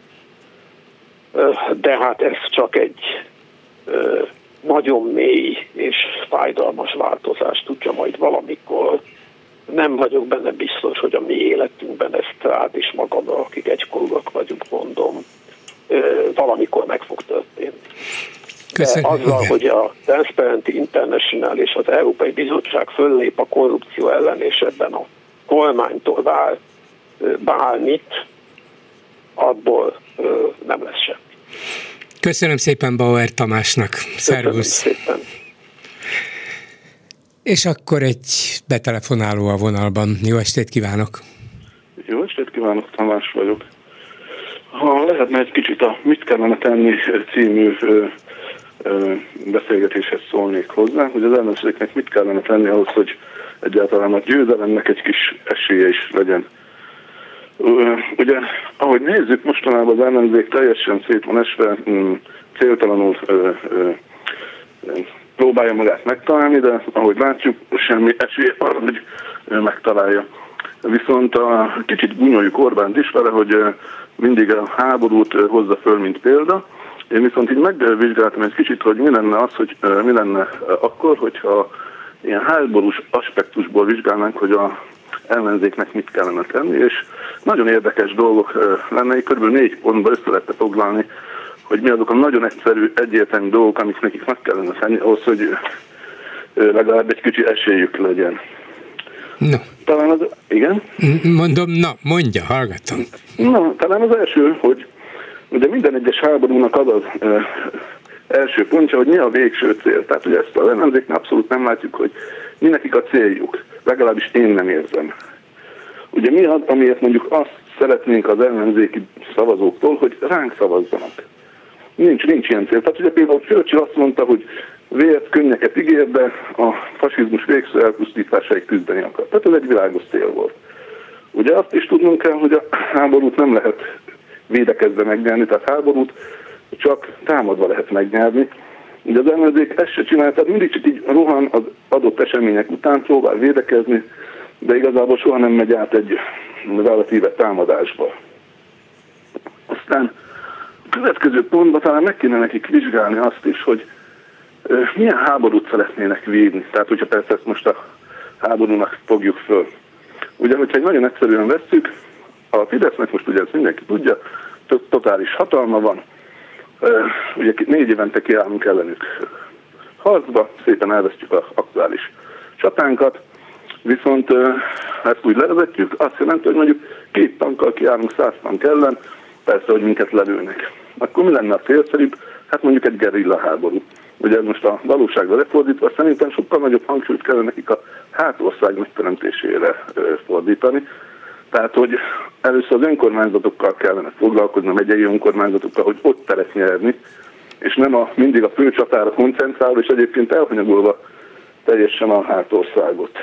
de hát ez csak egy nagyon mély és fájdalmas változást tudja majd valamikor. Nem vagyok benne biztos, hogy a mi életünkben ezt rád is magamra, akik egykorúak vagyunk, mondom, valamikor meg fog történni. Köszönöm. Azzal, hogy a Transparency International és az Európai Bizottság föllép a korrupció ellen, és ebben a kormánytól vár bármit, abból nem lesz semmi. Köszönöm szépen Bauer Tamásnak. Szervusz. Szépen. És akkor egy betelefonáló a vonalban. Jó estét kívánok! Jó estét kívánok, Tamás vagyok. Ha lehetne egy kicsit a Mit kellene tenni című beszélgetéshez szólnék hozzá, hogy az ellenzéknek mit kellene tenni ahhoz, hogy egyáltalán a győzelemnek egy kis esélye is legyen. Ugye, ahogy nézzük, mostanában az ellenzék teljesen szét van esve, céltalanul próbálja magát megtalálni, de ahogy látjuk, semmi esély arra, hogy megtalálja. Viszont kicsit gúnyoljuk Orbánt is vele, hogy mindig a háborút hozza föl, mint példa. Én viszont így megvizsgáltam egy kicsit, hogy mi lenne az, hogy mi lenne akkor, hogyha ilyen háborús aspektusból vizsgálnánk, hogy a ellenzéknek mit kellene tenni, és nagyon érdekes dolgok lenne, kb. 4 pontba össze lehetne foglalni, hogy mi azok a nagyon egyszerű, egyértelmű dolgok, amik nekik meg kellene tenni, ahhoz, hogy legalább egy kicsi esélyük legyen. No. Talán az... Igen? Mondom, mondja, hallgatom. Talán az első, hogy ugye minden egyes háborúnak az első pontja, hogy mi a végső cél. Tehát ugye ezt az ellenzéknél abszolút nem látjuk, hogy mi nekik a céljuk. Legalábbis én nem érzem. Ugye mi az, amiért mondjuk azt szeretnénk az ellenzéki szavazóktól, hogy ránk szavazzanak. Nincs ilyen cél. Tehát ugye például Churchill azt mondta, hogy vért, könnyeket ígér, de a fasizmus végső elpusztításáig küzdeni akar. Tehát ez egy világos cél volt. Ugye azt is tudnunk kell, hogy a háborút nem lehet védekezve megnyerni, tehát háborút csak támadva lehet megnyerni. Ugye az ellenzék ezt se csinál, tehát mindig csak így rohan az adott események után, próbál védekezni, de igazából soha nem megy át egy relatíve támadásba. Aztán a következő pontban talán meg kéne nekik vizsgálni azt is, hogy milyen háborút szeretnének vívni. Tehát, hogyha persze ezt most a háborúnak fogjuk föl. Ugye, hogyha nagyon egyszerűen vesszük, a Fidesznek most ugye ezt mindenki tudja, totális hatalma van, ugye 4 évente kiállunk ellenük harcba, szépen elvesztjük az aktuális csatánkat, viszont ezt úgy levezetjük, azt jelenti, hogy mondjuk 2 tankkal kiállunk 100 tank ellen, persze, hogy minket lelőnek. Akkor mi lenne a célszerűbb? Hát mondjuk egy gerilla háború. Ugye ez most a valóságra lefordítva, szerintem sokkal nagyobb hangsúlyt kellene nekik a hátország megteremtésére fordítani. Tehát, hogy először az önkormányzatokkal kellene foglalkozni, a megyei önkormányzatokkal, hogy ott teret nyerni, és nem mindig a főcsatára koncentrálva, és egyébként elhanyagolva teljesen a hátországot.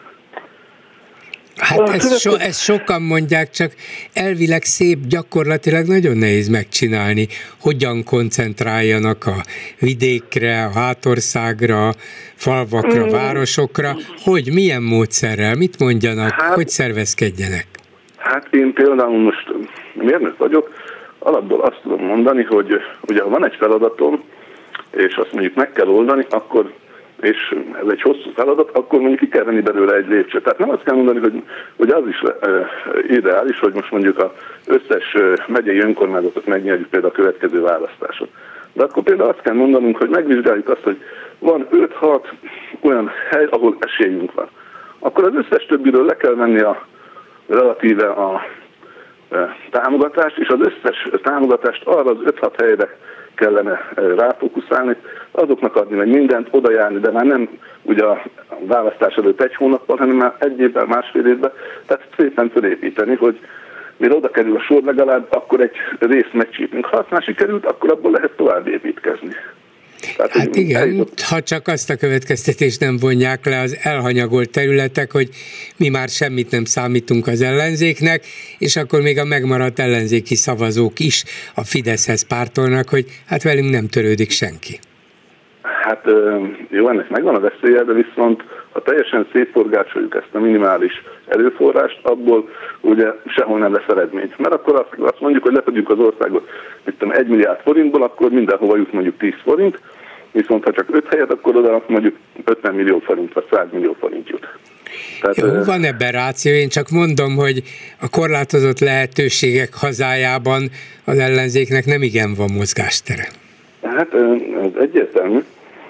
Hát ezt sokan mondják, csak elvileg szép, gyakorlatilag nagyon nehéz megcsinálni, hogyan koncentráljanak a vidékre, a hátországra, falvakra, városokra, hogy milyen módszerrel, mit mondjanak, hogy szervezkedjenek. Hát én például most mérnök vagyok, alapból azt tudom mondani, hogy ugye ha van egy feladatom, és azt mondjuk meg kell oldani, akkor és ez egy hosszú feladat, akkor mondjuk ki kell venni belőle egy lépcsőt. Tehát nem azt kell mondani, hogy az is ideális, hogy most mondjuk az összes megyei önkormányzatot megnyerjük például a következő választáson. De akkor például azt kell mondanunk, hogy megvizsgáljuk azt, hogy van 5-6 olyan hely, ahol esélyünk van. Akkor az összes többiről le kell venni relatíve a támogatást, és az összes támogatást arra az 5-6 helyre kellene ráfókuszálni, azoknak adni meg mindent, oda járni, de már nem ugye a választás előtt egy hónappal, hanem már egy évvel, másfél évben, tehát szépen felépíteni, hogy mire oda kerül a sor legalább, akkor egy részt megcsípünk. Ha azt már sikerült, akkor abból lehet tovább építkezni. Tehát, hát igen, ha csak azt a következtetést nem vonják le az elhanyagolt területek, hogy mi már semmit nem számítunk az ellenzéknek, és akkor még a megmaradt ellenzéki szavazók is a Fideszhez pártolnak, hogy hát velünk nem törődik senki. Hát jó, ennek megvan a veszélye, de viszont ha teljesen szétforgácsoljuk ezt a minimális erőforrást, abból ugye sehol nem lesz eredmény. Mert akkor azt mondjuk, hogy lefedjük az országot 1 milliárd forintból, akkor mindenhova jut mondjuk 10 forint, viszont ha csak 5 helyet, akkor oda mondjuk 50 millió forint vagy 100 millió forint jut. Tehát, jó, van ebben ráció, én csak mondom, hogy a korlátozott lehetőségek hazájában az ellenzéknek nem igen van mozgástere. Hát ez egyértelmű.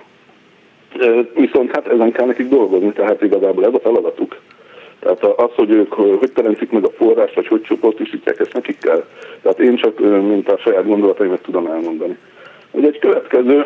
Viszont hát ezen kell nekik dolgozni, tehát igazából ez a feladatuk. Tehát az, hogy ők hogy teremtik meg a forrást, vagy hogy csoportosítják, ezt nekik kell. Tehát én csak, mint a saját gondolataimat tudom elmondani. Ugye egy következő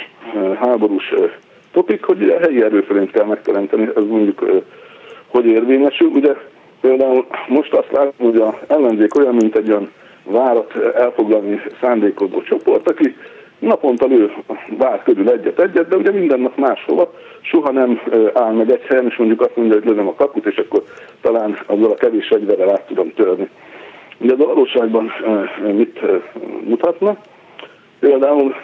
háborús topik, hogy a helyi erőfölényt kell megteremteni, ez mondjuk hogy érvényesül. Ugye például most azt látom, hogy az ellenzék olyan, mint egy olyan várat elfoglalni szándékozó csoport, aki naponta lő vár körül egyet, de ugye minden nap máshova, soha nem áll meg egy helyen, és mondjuk azt mondja, hogy lövöm a kaput, és akkor talán azzal a kevés fegyverrel át tudom törni. Ugye a valóságban mit mutatna? Például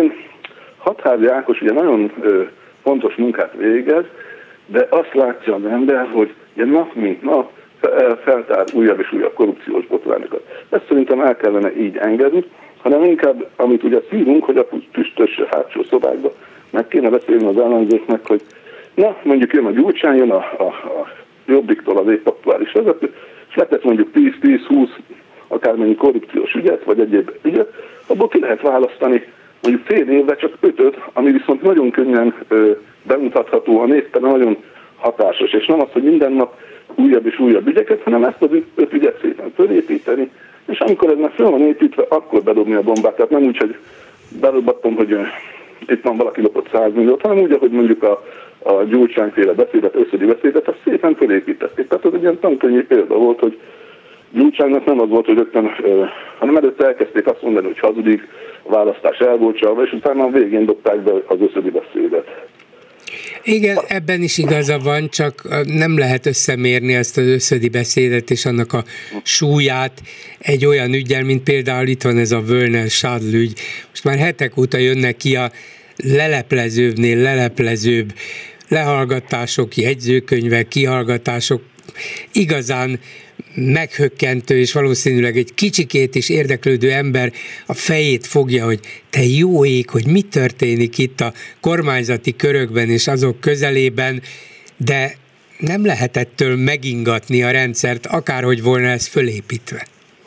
Hatházi Ákos ugye nagyon fontos munkát végez, de azt látja az ember, hogy ugye nap mint nap feltár újabb és újabb korrupciós botrányokat. Ezt szerintem el kellene így engedni, hanem inkább, amit ugye szívunk, hogy a tüstös hátsó szobákba meg kéne beszélni az ellenzéknek, hogy na, mondjuk jön a Gyurcsány, jön a Jobbiktól az épp aktuális vezető, és letett mondjuk 10-20 akármennyi korrupciós ügyet, vagy egyéb ügyet, abból ki lehet választani mondjuk fél évre csak 5-öt, ami viszont nagyon könnyen bemutatható, a nézten nagyon hatásos, és nem az, hogy minden nap újabb és újabb ügyeket, hanem ezt az 5 ügyet szépen fölépíteni, és amikor ez már föl van építve, akkor bedobni a bombát. Tehát nem úgy, hogy bedobottam, hogy itt van valaki lopott 100 milliót, hanem úgy, ahogy mondjuk a Gyurcsányféle beszédet, összödi beszédet, azt szépen fölépítették. Tehát az egy ilyen tankönyvi példa volt, hogy Gyurcsánynak nem az volt, hogy rögtön, hanem előtte elkezdték azt mondani, hogy hazudik, a választás el volt csalva, és utána a végén dobták be az összödi beszédet. Igen, ebben is igaza van, csak nem lehet összemérni ezt az összödi beszédet és annak a súlyát egy olyan üggyel, mint például itt van ez a Völner-Schadl ügy. Most már hetek óta jönnek ki a leleplezőbbnél leleplezőbb lehallgatások, jegyzőkönyvek, kihallgatások, igazán meghökkentő, és valószínűleg egy kicsikét is érdeklődő ember a fejét fogja, hogy te jó ég, hogy mi történik itt a kormányzati körökben és azok közelében, de nem lehet ettől megingatni a rendszert, akárhogy volna ez fölépítve.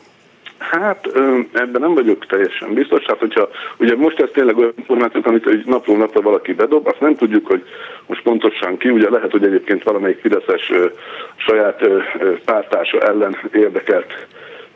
Hát ebben nem vagyok teljesen biztos, hát hogyha ugye most ez tényleg olyan információk, amit egy napról napra valaki bedob, azt nem tudjuk, hogy most pontosan ki, ugye lehet, hogy egyébként valamelyik fideszes saját pártársa ellen érdekelt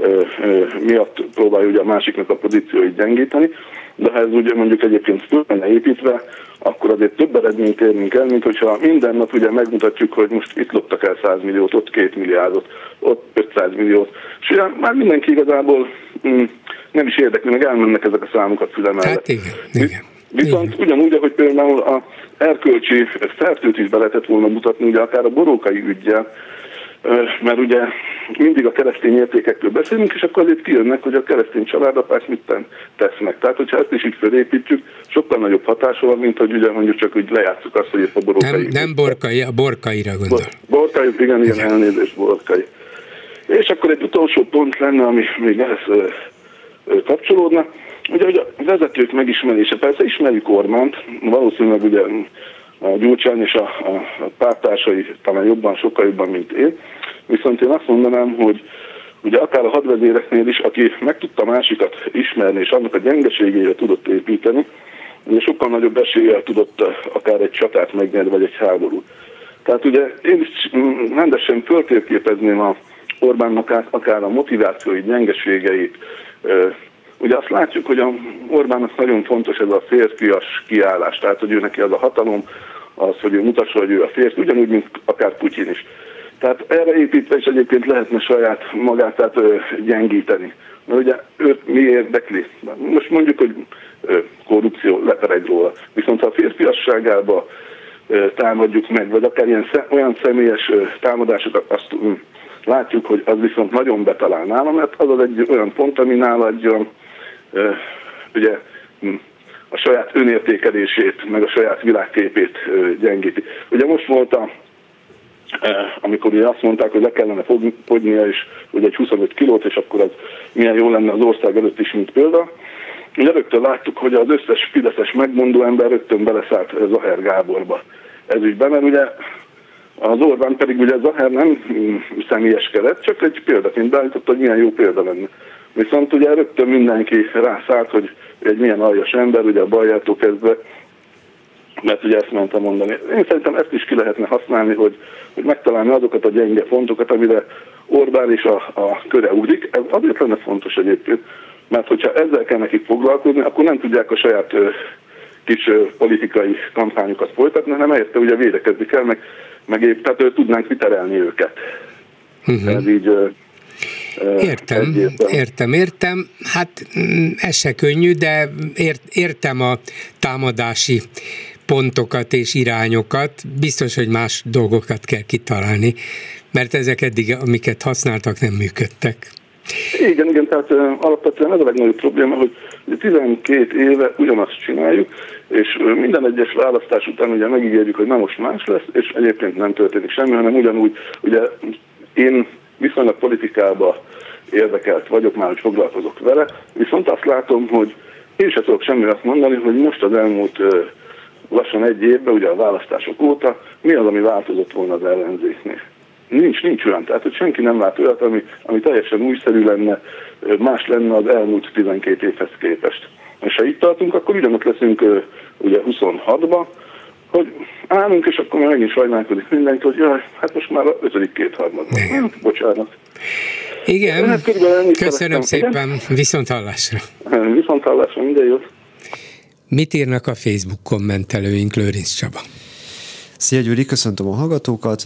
miatt próbálja ugye a másiknak a pozícióit gyengíteni, de ha ez ugye mondjuk egyébként föl lenne építve, akkor azért több eredményt érünk el, mint hogyha minden nap ugye megmutatjuk, hogy most itt loptak el 100 milliót, ott 2 milliárdot, ott 500 milliót, és ugye már mindenki igazából nem is érdekli, meg elmennek ezek a számokat füle mellett. Hát igen. Viszont ugyanúgy, ahogy például a erkölcsi fertőt is be lehetett volna mutatni, ugye akár a borókai üggyel, mert ugye mindig a keresztény értékekről beszélünk, és akkor azért kijönnek, hogy a keresztény családapák mit tesznek. Tehát, hogyha ezt is így felépítjük, sokkal nagyobb hatása van, mint hogy ugye mondjuk csak úgy lejátszuk azt, hogy épp a borókai. Nem Borkai, a Borkaira gondol. Borkai, igen, elnézést, Borkai. És akkor egy utolsó pont lenne, ami még ehhez kapcsolódna, ugye hogy a vezetők megismerése. Persze ismerjük Orbánt, valószínűleg ugye Gyurcsány és a párttársai talán jobban, sokkal jobban, mint én. Viszont én azt mondanám, hogy ugye akár a hadvezéreknél is, aki meg tudta másikat ismerni, és annak a gyengeségére tudott építeni, ugye sokkal nagyobb eséllyel tudott akár egy csatát megnyerni, vagy egy háborút. Tehát ugye én is rendesen föltérképezném a Orbánnak akár a motivációi gyengeségeit. Ugye azt látjuk, hogy a Orbánnak nagyon fontos ez a férfias kiállás, tehát hogy ő neki az a hatalom, az, hogy ő mutassa, hogy ő a férfi, ugyanúgy, mint akár Putyin is. Tehát erre építve is egyébként lehetne saját magát tehát, gyengíteni. Mert ugye őt mi érdekli? Most mondjuk, hogy korrupció leperegy róla. Viszont ha a férfiasságába támadjuk meg, vagy akár olyan személyes támadásokat, azt látjuk, hogy az viszont nagyon betalál nála, mert az egy olyan pont, ami nála egy ugye a saját önértékelését, meg a saját világképét gyengíti. Ugye most volt amikor ugye azt mondták, hogy le kellene fogynia, és ugye egy 25 kilót, és akkor az milyen jó lenne az ország előtt is, mint példa. Ugye rögtön láttuk, hogy az összes fideszes megmondó ember rögtön beleszállt Zahár Gáborba ez ügyben, mert ugye az Orbán pedig ugye Zahár nem személyes keret, csak egy példaként beállította, hogy milyen jó példa lenne. Viszont ugye rögtön mindenki rászállt, hogy egy milyen aljas ember, ugye a Baljától kezdve, mert ugye ezt mentem mondani. Én szerintem ezt is ki lehetne használni, hogy megtalálni azokat a gyenge pontokat, amire Orbán és a köre ugrik. Ez azért lenne fontos egyébként, mert hogyha ezzel kell nekik foglalkozni, akkor nem tudják a saját kis politikai kampányokat folytatni, hanem helyette ugye védekezni kell, meg épp, tehát tudnánk viterelni őket. Ez így... Értem. Hát ez se könnyű, de értem a támadási pontokat és irányokat. Biztos, hogy más dolgokat kell kitalálni, mert ezek eddig, amiket használtak, nem működtek. Igen, tehát alapvetően ez a legnagyobb probléma, hogy 12 éve ugyanazt csináljuk, és minden egyes választás után ugye megígérjük, hogy nem most más lesz, és egyébként nem történik semmi, hanem ugyanúgy, ugye én viszonylag politikába érdekelt vagyok már, hogy foglalkozok vele, viszont azt látom, hogy én sem tudok semmire azt mondani, hogy most az elmúlt lassan egy évben, ugye a választások óta, mi az, ami változott volna az ellenzéknél. Nincs olyan, tehát hogy senki nem lát olyat, ami teljesen újszerű lenne, más lenne az elmúlt 12 évhez képest. És ha itt tartunk, akkor ugyanott leszünk ugye 26-ban, hogy állunk, és akkor már megint sajnálkodik mindenki, hogy jaj, hát most már a 5. kétharmadban. Bocsánat. Igen, köszönöm szépen, igen? Viszonthallásra. Viszonthallásra, minden jót. Mit írnak a Facebook kommentelőink, Lőrinc Csaba? Szia Gyuri, köszöntöm a hallgatókat.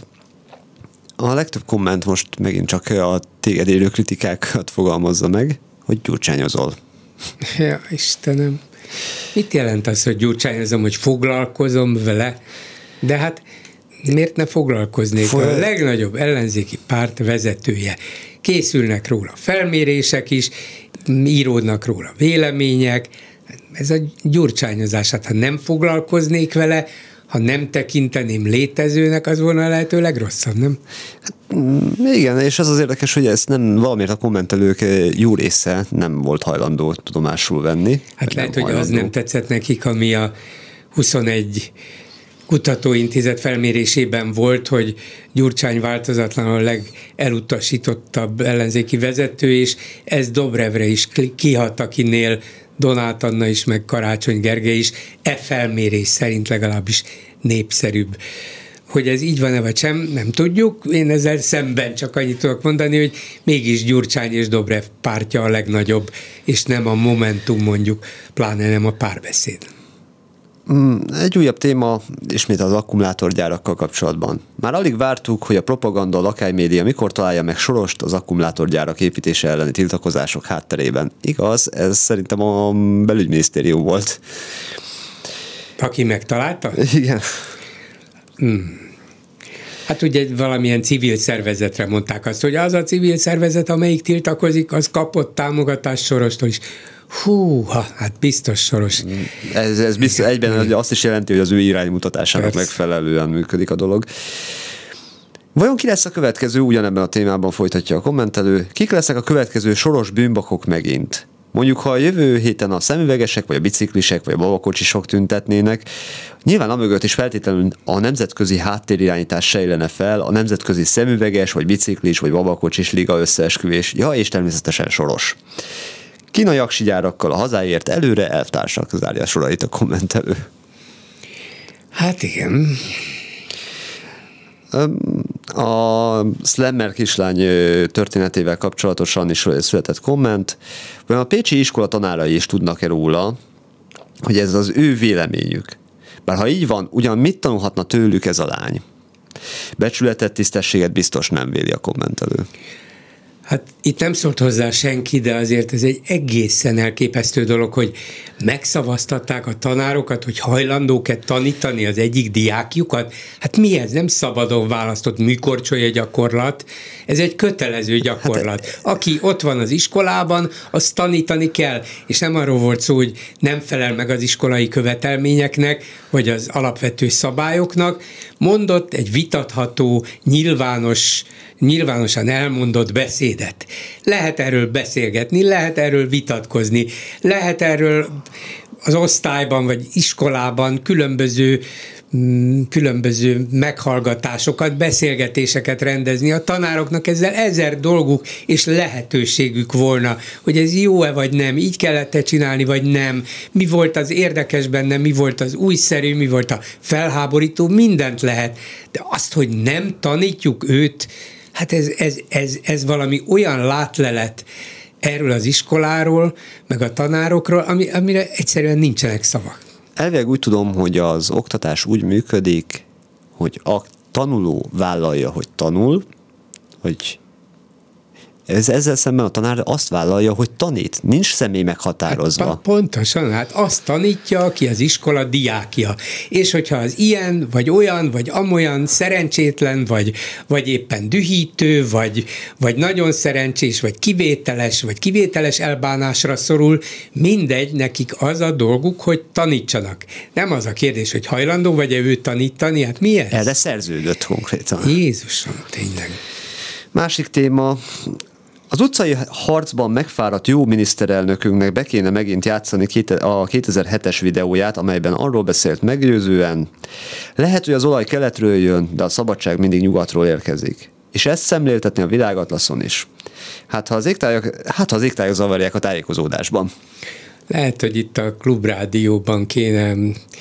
A legtöbb komment most megint csak a téged érő kritikákat fogalmazza meg, hogy gyurcsányozol. Ja, Istenem. Mit jelent az, hogy gyurcsányozom, hogy foglalkozom vele? De hát miért ne foglalkoznék? A legnagyobb ellenzéki párt vezetője. Készülnek róla felmérések is, íródnak róla vélemények. Ez a gyurcsányozás. Hát ha nem foglalkoznék vele, ha nem tekinteném létezőnek, az volna a lehető legrosszabb, nem? Igen, és az érdekes, hogy ezt nem valamiért a kommentelők jó része nem volt hajlandó tudomásul venni. Hát lehet, hogy az nem tetszett nekik, ami a 21 kutatóintézet felmérésében volt, hogy Gyurcsány változatlanul a legelutasítottabb ellenzéki vezető, és ez Dobrevre is kihat, akinél Donát Anna is, meg Karácsony Gergely is felmérés szerint legalábbis népszerűbb. Hogy ez így van-e vagy sem, nem tudjuk. Én ezzel szemben csak annyit tudok mondani, hogy mégis Gyurcsány és Dobrev pártja a legnagyobb, és nem a Momentum mondjuk, pláne nem a Párbeszéd. Egy újabb téma, ismét az akkumulátorgyárakkal kapcsolatban. Már alig vártuk, hogy a propaganda, a lakánymédia mikor találja meg Sorost az akkumulátorgyárak építése elleni tiltakozások hátterében. Igaz, ez szerintem a belügyminisztérium volt. Aki megtalálta? Igen. Hát ugye valamilyen civil szervezetre mondták azt, hogy az a civil szervezet, amelyik tiltakozik, az kapott támogatást Sorostól is. Húha, hát biztos Soros. Ez biztos, egyben azt is jelenti, hogy az ő iránymutatásának megfelelően működik a dolog. Vajon ki lesz a következő, ugyanebben a témában folytatja a kommentelő, kik lesznek a következő Soros bűnbakok megint? Mondjuk, ha a jövő héten a szemüvegesek, vagy a biciklisek, vagy a babakocsisok tüntetnének, nyilván amögött is feltétlenül a nemzetközi háttérirányítás sejlene fel, a nemzetközi szemüveges, vagy biciklis, vagy babakocsis liga összeesküvés, és természetesen Soros. Kínai aksigyárakkal a hazáért előre elvtársak, zárja sorait a kommentelő. Hát igen. A Slammer kislány történetével kapcsolatosan is született komment, hogy a pécsi iskola tanárai is tudnak-e róla, hogy ez az ő véleményük. Bár ha így van, ugyan mit tanulhatna tőlük ez a lány? Becsületet, tisztességet biztos nem véli a kommentelő. Hát itt nem szólt hozzá senki, de azért ez egy egészen elképesztő dolog, hogy megszavaztatták a tanárokat, hogy hajlandók-e tanítani az egyik diákjukat. Hát mi ez? Nem szabadon választott műkorcsolya gyakorlat, ez egy kötelező gyakorlat. Aki ott van az iskolában, azt tanítani kell, és nem arról volt szó, hogy nem felel meg az iskolai követelményeknek, vagy az alapvető szabályoknak. Mondott egy vitatható, nyilvánosan elmondott beszédet. Lehet erről beszélgetni, lehet erről vitatkozni, lehet erről az osztályban vagy iskolában különböző meghallgatásokat, beszélgetéseket rendezni. A tanároknak ezzel 1000 dolguk és lehetőségük volna, hogy ez jó-e vagy nem, így kellett-e csinálni vagy nem, mi volt az érdekes benne, mi volt az újszerű, mi volt a felháborító, mindent lehet. De azt, hogy nem tanítjuk őt, hát ez valami olyan látlelet erről az iskoláról, meg a tanárokról, amire egyszerűen nincsenek szavak. Elvileg úgy tudom, hogy az oktatás úgy működik, hogy a tanuló vállalja, hogy tanul, hogy ezzel szemben a tanár azt vállalja, hogy tanít. Nincs személy meghatározva. Hát, pontosan, hát azt tanítja, aki az iskola diákja. És hogyha az ilyen, vagy olyan, vagy amolyan szerencsétlen, vagy éppen dühítő, vagy nagyon szerencsés, vagy kivételes elbánásra szorul, mindegy, nekik az a dolguk, hogy tanítsanak. Nem az a kérdés, hogy hajlandó vagy-e őt tanítani, hát mi ez? Erre szerződött konkrétan. Jézusom, tényleg. Másik téma, az utcai harcban megfáradt jó miniszterelnökünknek be kéne megint játszani a 2007-es videóját, amelyben arról beszélt meggyőzően, lehet, hogy az olaj keletről jön, de a szabadság mindig nyugatról érkezik. És ezt szemléltetni a világatlaszon is. Hát ha az égtájak zavarják a tájékozódásban. Lehet, hogy itt a Klubrádióban kéne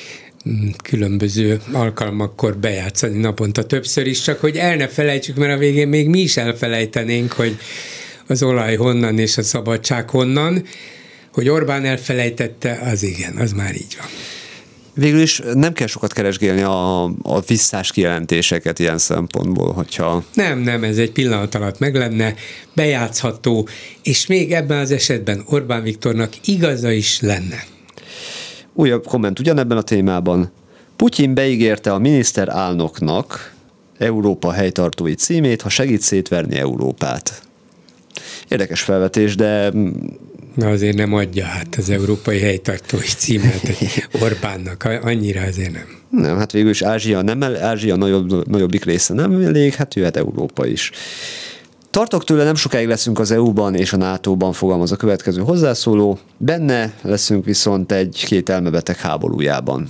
különböző alkalmakkor bejátszani naponta többször is, csak hogy el ne felejtsük, mert a végén még mi is elfelejtenénk, hogy az olaj honnan és a szabadság honnan, hogy Orbán elfelejtette, az igen, az már így van. Végül is nem kell sokat keresgélni a visszás kijelentéseket ilyen szempontból, hogyha... Nem, ez egy pillanat alatt meg lenne, bejátszható, és még ebben az esetben Orbán Viktornak igaza is lenne. Újabb komment ugyanebben a témában. Putyin beígérte a miniszterelnöknek Európa helytartói címét, ha segít szétverni Európát. Érdekes felvetés, de... Na azért nem adja hát az európai helytartói címet Orbánnak, annyira azért nem. Nem, hát végül is Ázsia nagyobbik része nem elég, hát jöhet Európa is. Tartok tőle, nem sokáig leszünk az EU-ban és a NATO-ban, fogalmaz a következő hozzászóló, benne leszünk viszont egy-két elmebeteg háborújában.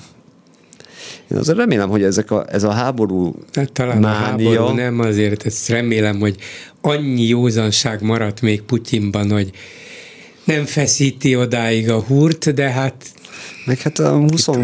Én azért remélem, hogy ez a háború hát talán mánia... a háború nem, azért ezt remélem, hogy annyi józanság maradt még Putyinban, hogy nem feszíti odáig a húrt, de hát... Meg hát a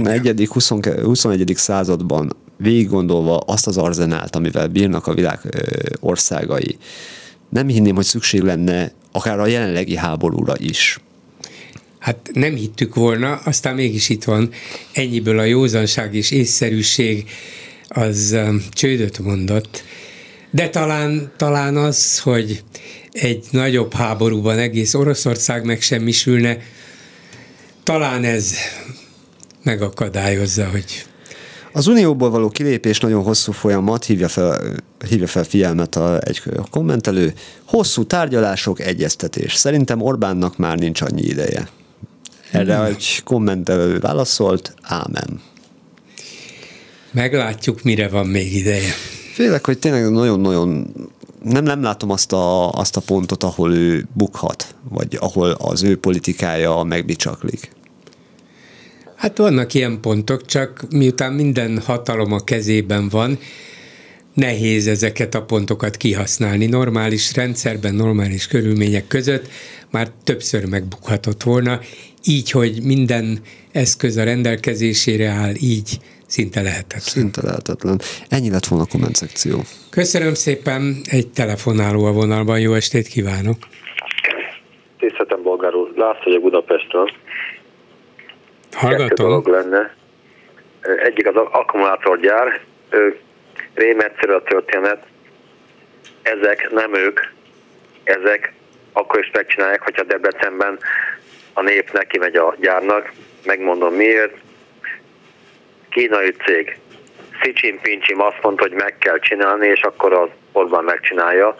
21. században végig gondolva azt az arzenált, amivel bírnak a világ országai, nem hinném, hogy szükség lenne akár a jelenlegi háborúra is. Hát nem hittük volna, aztán mégis itt van. Ennyiből a józanság és észszerűség az csődöt mondott. De talán az, hogy egy nagyobb háborúban egész Oroszország megsemmisülne, talán ez megakadályozza, hogy... Az Unióból való kilépés nagyon hosszú folyamat, hívja fel figyelmet egy kommentelő. Hosszú tárgyalások, egyeztetés. Szerintem Orbánnak már nincs annyi ideje. Erre egy kommentelő válaszolt, ámen. Meglátjuk, mire van még ideje. Félek, hogy tényleg nagyon-nagyon nem látom azt a pontot, ahol ő bukhat, vagy ahol az ő politikája megbicsaklik. Hát vannak ilyen pontok, csak miután minden hatalom a kezében van, nehéz ezeket a pontokat kihasználni. Normális rendszerben, normális körülmények között már többször megbukhatott volna, így, hogy minden eszköz a rendelkezésére áll, így szinte lehetetlen. Szinte lehetetlen. Ennyi lett volna a komment szekció. Köszönöm szépen, egy telefonáló a vonalban, jó estét kívánok! Tiszteltem, Bolgár úr, László vagyok Budapestről. Hallgatom. Kettő dolog lenne. Egyik az akkumulátorgyár, rém egyszerű a történet, ezek nem ők, ezek akkor is megcsinálják, hogyha Debrecenben a nép neki megy a gyárnak, megmondom miért. Kínai cég, Xi Jinping azt mondta, hogy meg kell csinálni, és akkor az Orbán megcsinálja.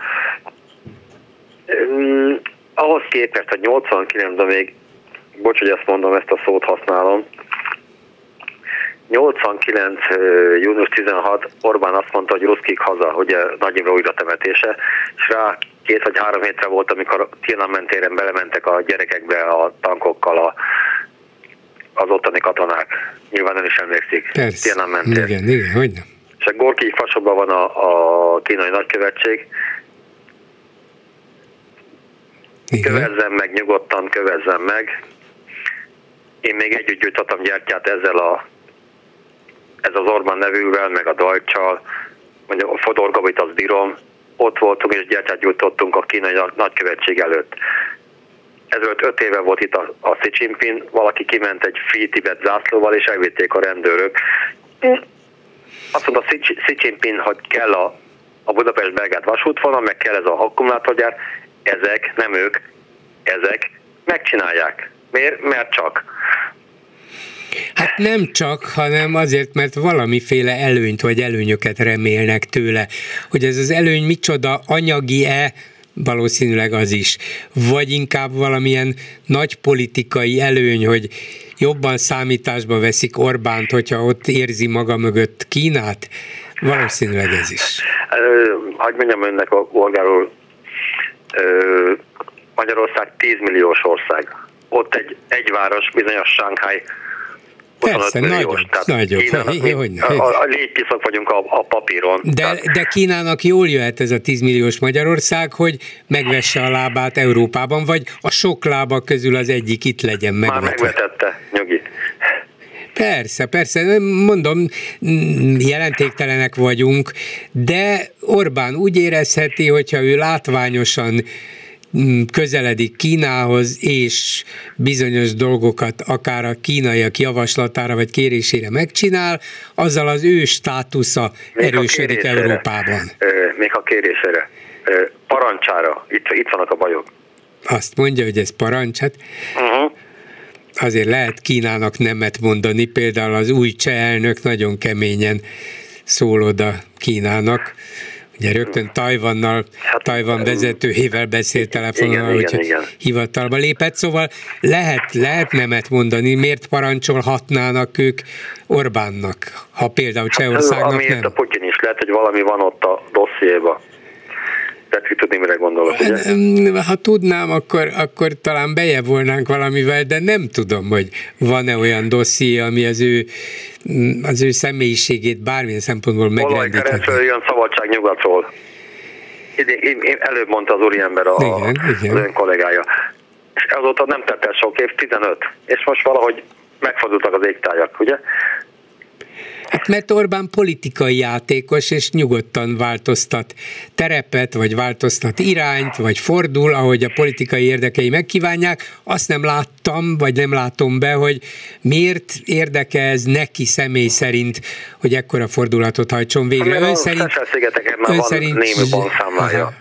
Ahhoz képest, hogy 89-ben még, bocs, hogy ezt mondom, ezt a szót használom, 89. június 16 Orbán azt mondta, hogy ruszkik haza, ugye Nagy Imre újra temetése, és rá 2 vagy 3 hétre volt, amikor Tiananmen téren belementek a gyerekekbe a tankokkal az ottani katonák. Nyilván nem is emlékszik. Tiananmen tér. Igen, hogy nem. És a Gorki fasokban van a kínai nagykövetség. Igen. Kövezzen meg, nyugodtan kövezzen meg. Én még együtt gyújtottam gyertyát ez az Orbán nevűvel, meg a Deutschal, mondjuk a Fodor Gabit azt bírom, ott voltunk és gyertyát gyújtottunk a kínai nagykövetség előtt. Ezelőtt 5 éve volt itt a Xi Jinping, valaki kiment egy Free Tibet zászlóval, és elvitték a rendőrök. Azt mondta Xi Jinping, hogy kell a Budapest-Belgrád vasútvonal, meg kell ez az akkumulátorgyár, ezek, nem ők, ezek megcsinálják. Miért? Mert csak. Hát nem csak, hanem azért, mert valamiféle előnyt vagy előnyöket remélnek tőle. Hogy ez az előny micsoda, anyagi-e, valószínűleg az is. Vagy inkább valamilyen nagy politikai előny, hogy jobban számításba veszik Orbánt, hogyha ott érzi maga mögött Kínát. Valószínűleg ez is. Hadd mondjam önnek, a Bolgár úr, Magyarország 10 milliós ország. Ott egy város, bizonyos Shanghai, persze, nagyobb. A légypiszok vagyunk a papíron. De Kínának jól jöhet ez a 10 milliós Magyarország, hogy megvesse a lábát Európában, vagy a sok lába közül az egyik itt legyen megvetve. Már megvetette, nyugi. Persze, mondom, jelentéktelenek vagyunk, de Orbán úgy érezheti, hogyha ő látványosan közeledik Kínához, és bizonyos dolgokat akár a kínaiak javaslatára vagy kérésére megcsinál, azzal az ő státusza erősödik Európában. Még a kérésére, parancsára, itt vannak a bajok. Azt mondja, hogy ez parancs, hát azért lehet Kínának nemet mondani, például az új cseh elnök nagyon keményen szól oda Kínának. Ugye rögtön Tajvan vezetőjével beszélt telefonon, hogy hivatalba lépett, szóval lehet nemet mondani, miért parancsolhatnának ők Orbánnak, ha például Csehországnak nem. Amiért a Putyin is lehet, hogy valami van ott a dossziéba. Tehát tudni, mire gondolok, ugye? Ha tudnám, akkor talán bejebb volnánk valamivel, de nem tudom, hogy van-e olyan dosszié, ami az ő személyiségét bármilyen szempontból megrendíthetné. Olaj keresztül jön szabadság nyugatról. Előbb mondta az úriember az ön kollégája. És azóta nem tett el sok év, 15. És most valahogy megfordultak az égtájak, ugye? Hát mert Orbán politikai játékos, és nyugodtan változtat terepet, vagy változtat irányt, vagy fordul, ahogy a politikai érdekei megkívánják. Azt nem láttam, vagy nem látom be, hogy miért érdeke ez neki személy szerint, hogy ekkora fordulatot hajtson végre. Ön szerint némi bankszámlája.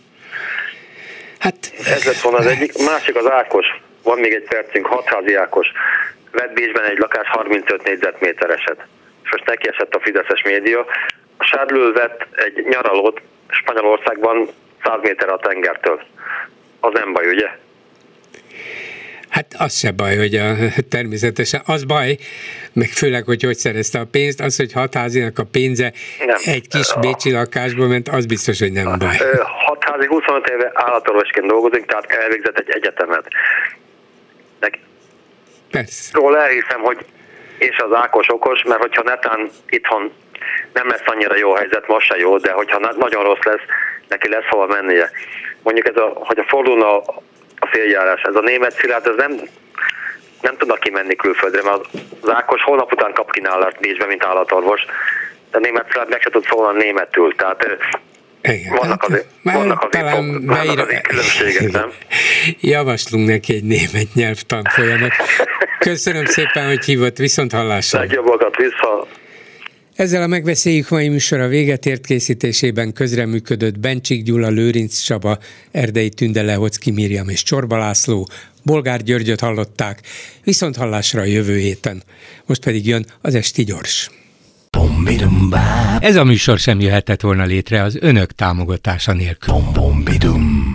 Hát... Ez lett volna az egyik. Másik az Ákos. Van még egy percünk, hatházi Ákos. Vett Bécsben egy lakás 35 négyzetmétereset. És most neki esett a fideszes média. A Sárlül vett egy nyaralót Spanyolországban 100 méterre a tengertől. Az nem baj, ugye? Hát az se baj, hogy természetesen az baj, meg főleg, hogy szerezte a pénzt, az, hogy Hatházinak a pénze nem. Egy kis bécsi lakásba ment, az biztos, hogy nem baj. Hatházi 25 éve állatorvosként dolgozik, tehát elvégzett egy egyetemet. Persze. Róla elhiszem, hogy és az Ákos okos, mert hogyha netán itthon nem lesz annyira jó helyzet, most se jó, de hogyha nagyon rossz lesz, neki lesz hova mennie. Mondjuk hogyha fordulna a féljárás, ez a német Szilárd, ez nem tudnak kimenni külföldre, mert az Ákos holnap után kap kínálat Bécsbe, mint állatorvos, de a német Szilárd meg se tud szólni németül, tehát vannak azért különbségek, nem? Javaslunk neki egy német nyelvtanfolyamot. Köszönöm szépen, hogy hívott, viszonthallásra. Legjobbakat vissza. Ezzel a Megbeszéljük mai műsora véget ért, készítésében közreműködött Bencsik Gyula, Lőrinc Csaba, Erdei Tünde, Lehocki Miriam és Csorba László. Bolgár Györgyöt hallották, viszonthallásra a jövő héten. Most pedig jön az Esti Gyors. Ez a műsor sem jöhetett volna létre az önök támogatása nélkül.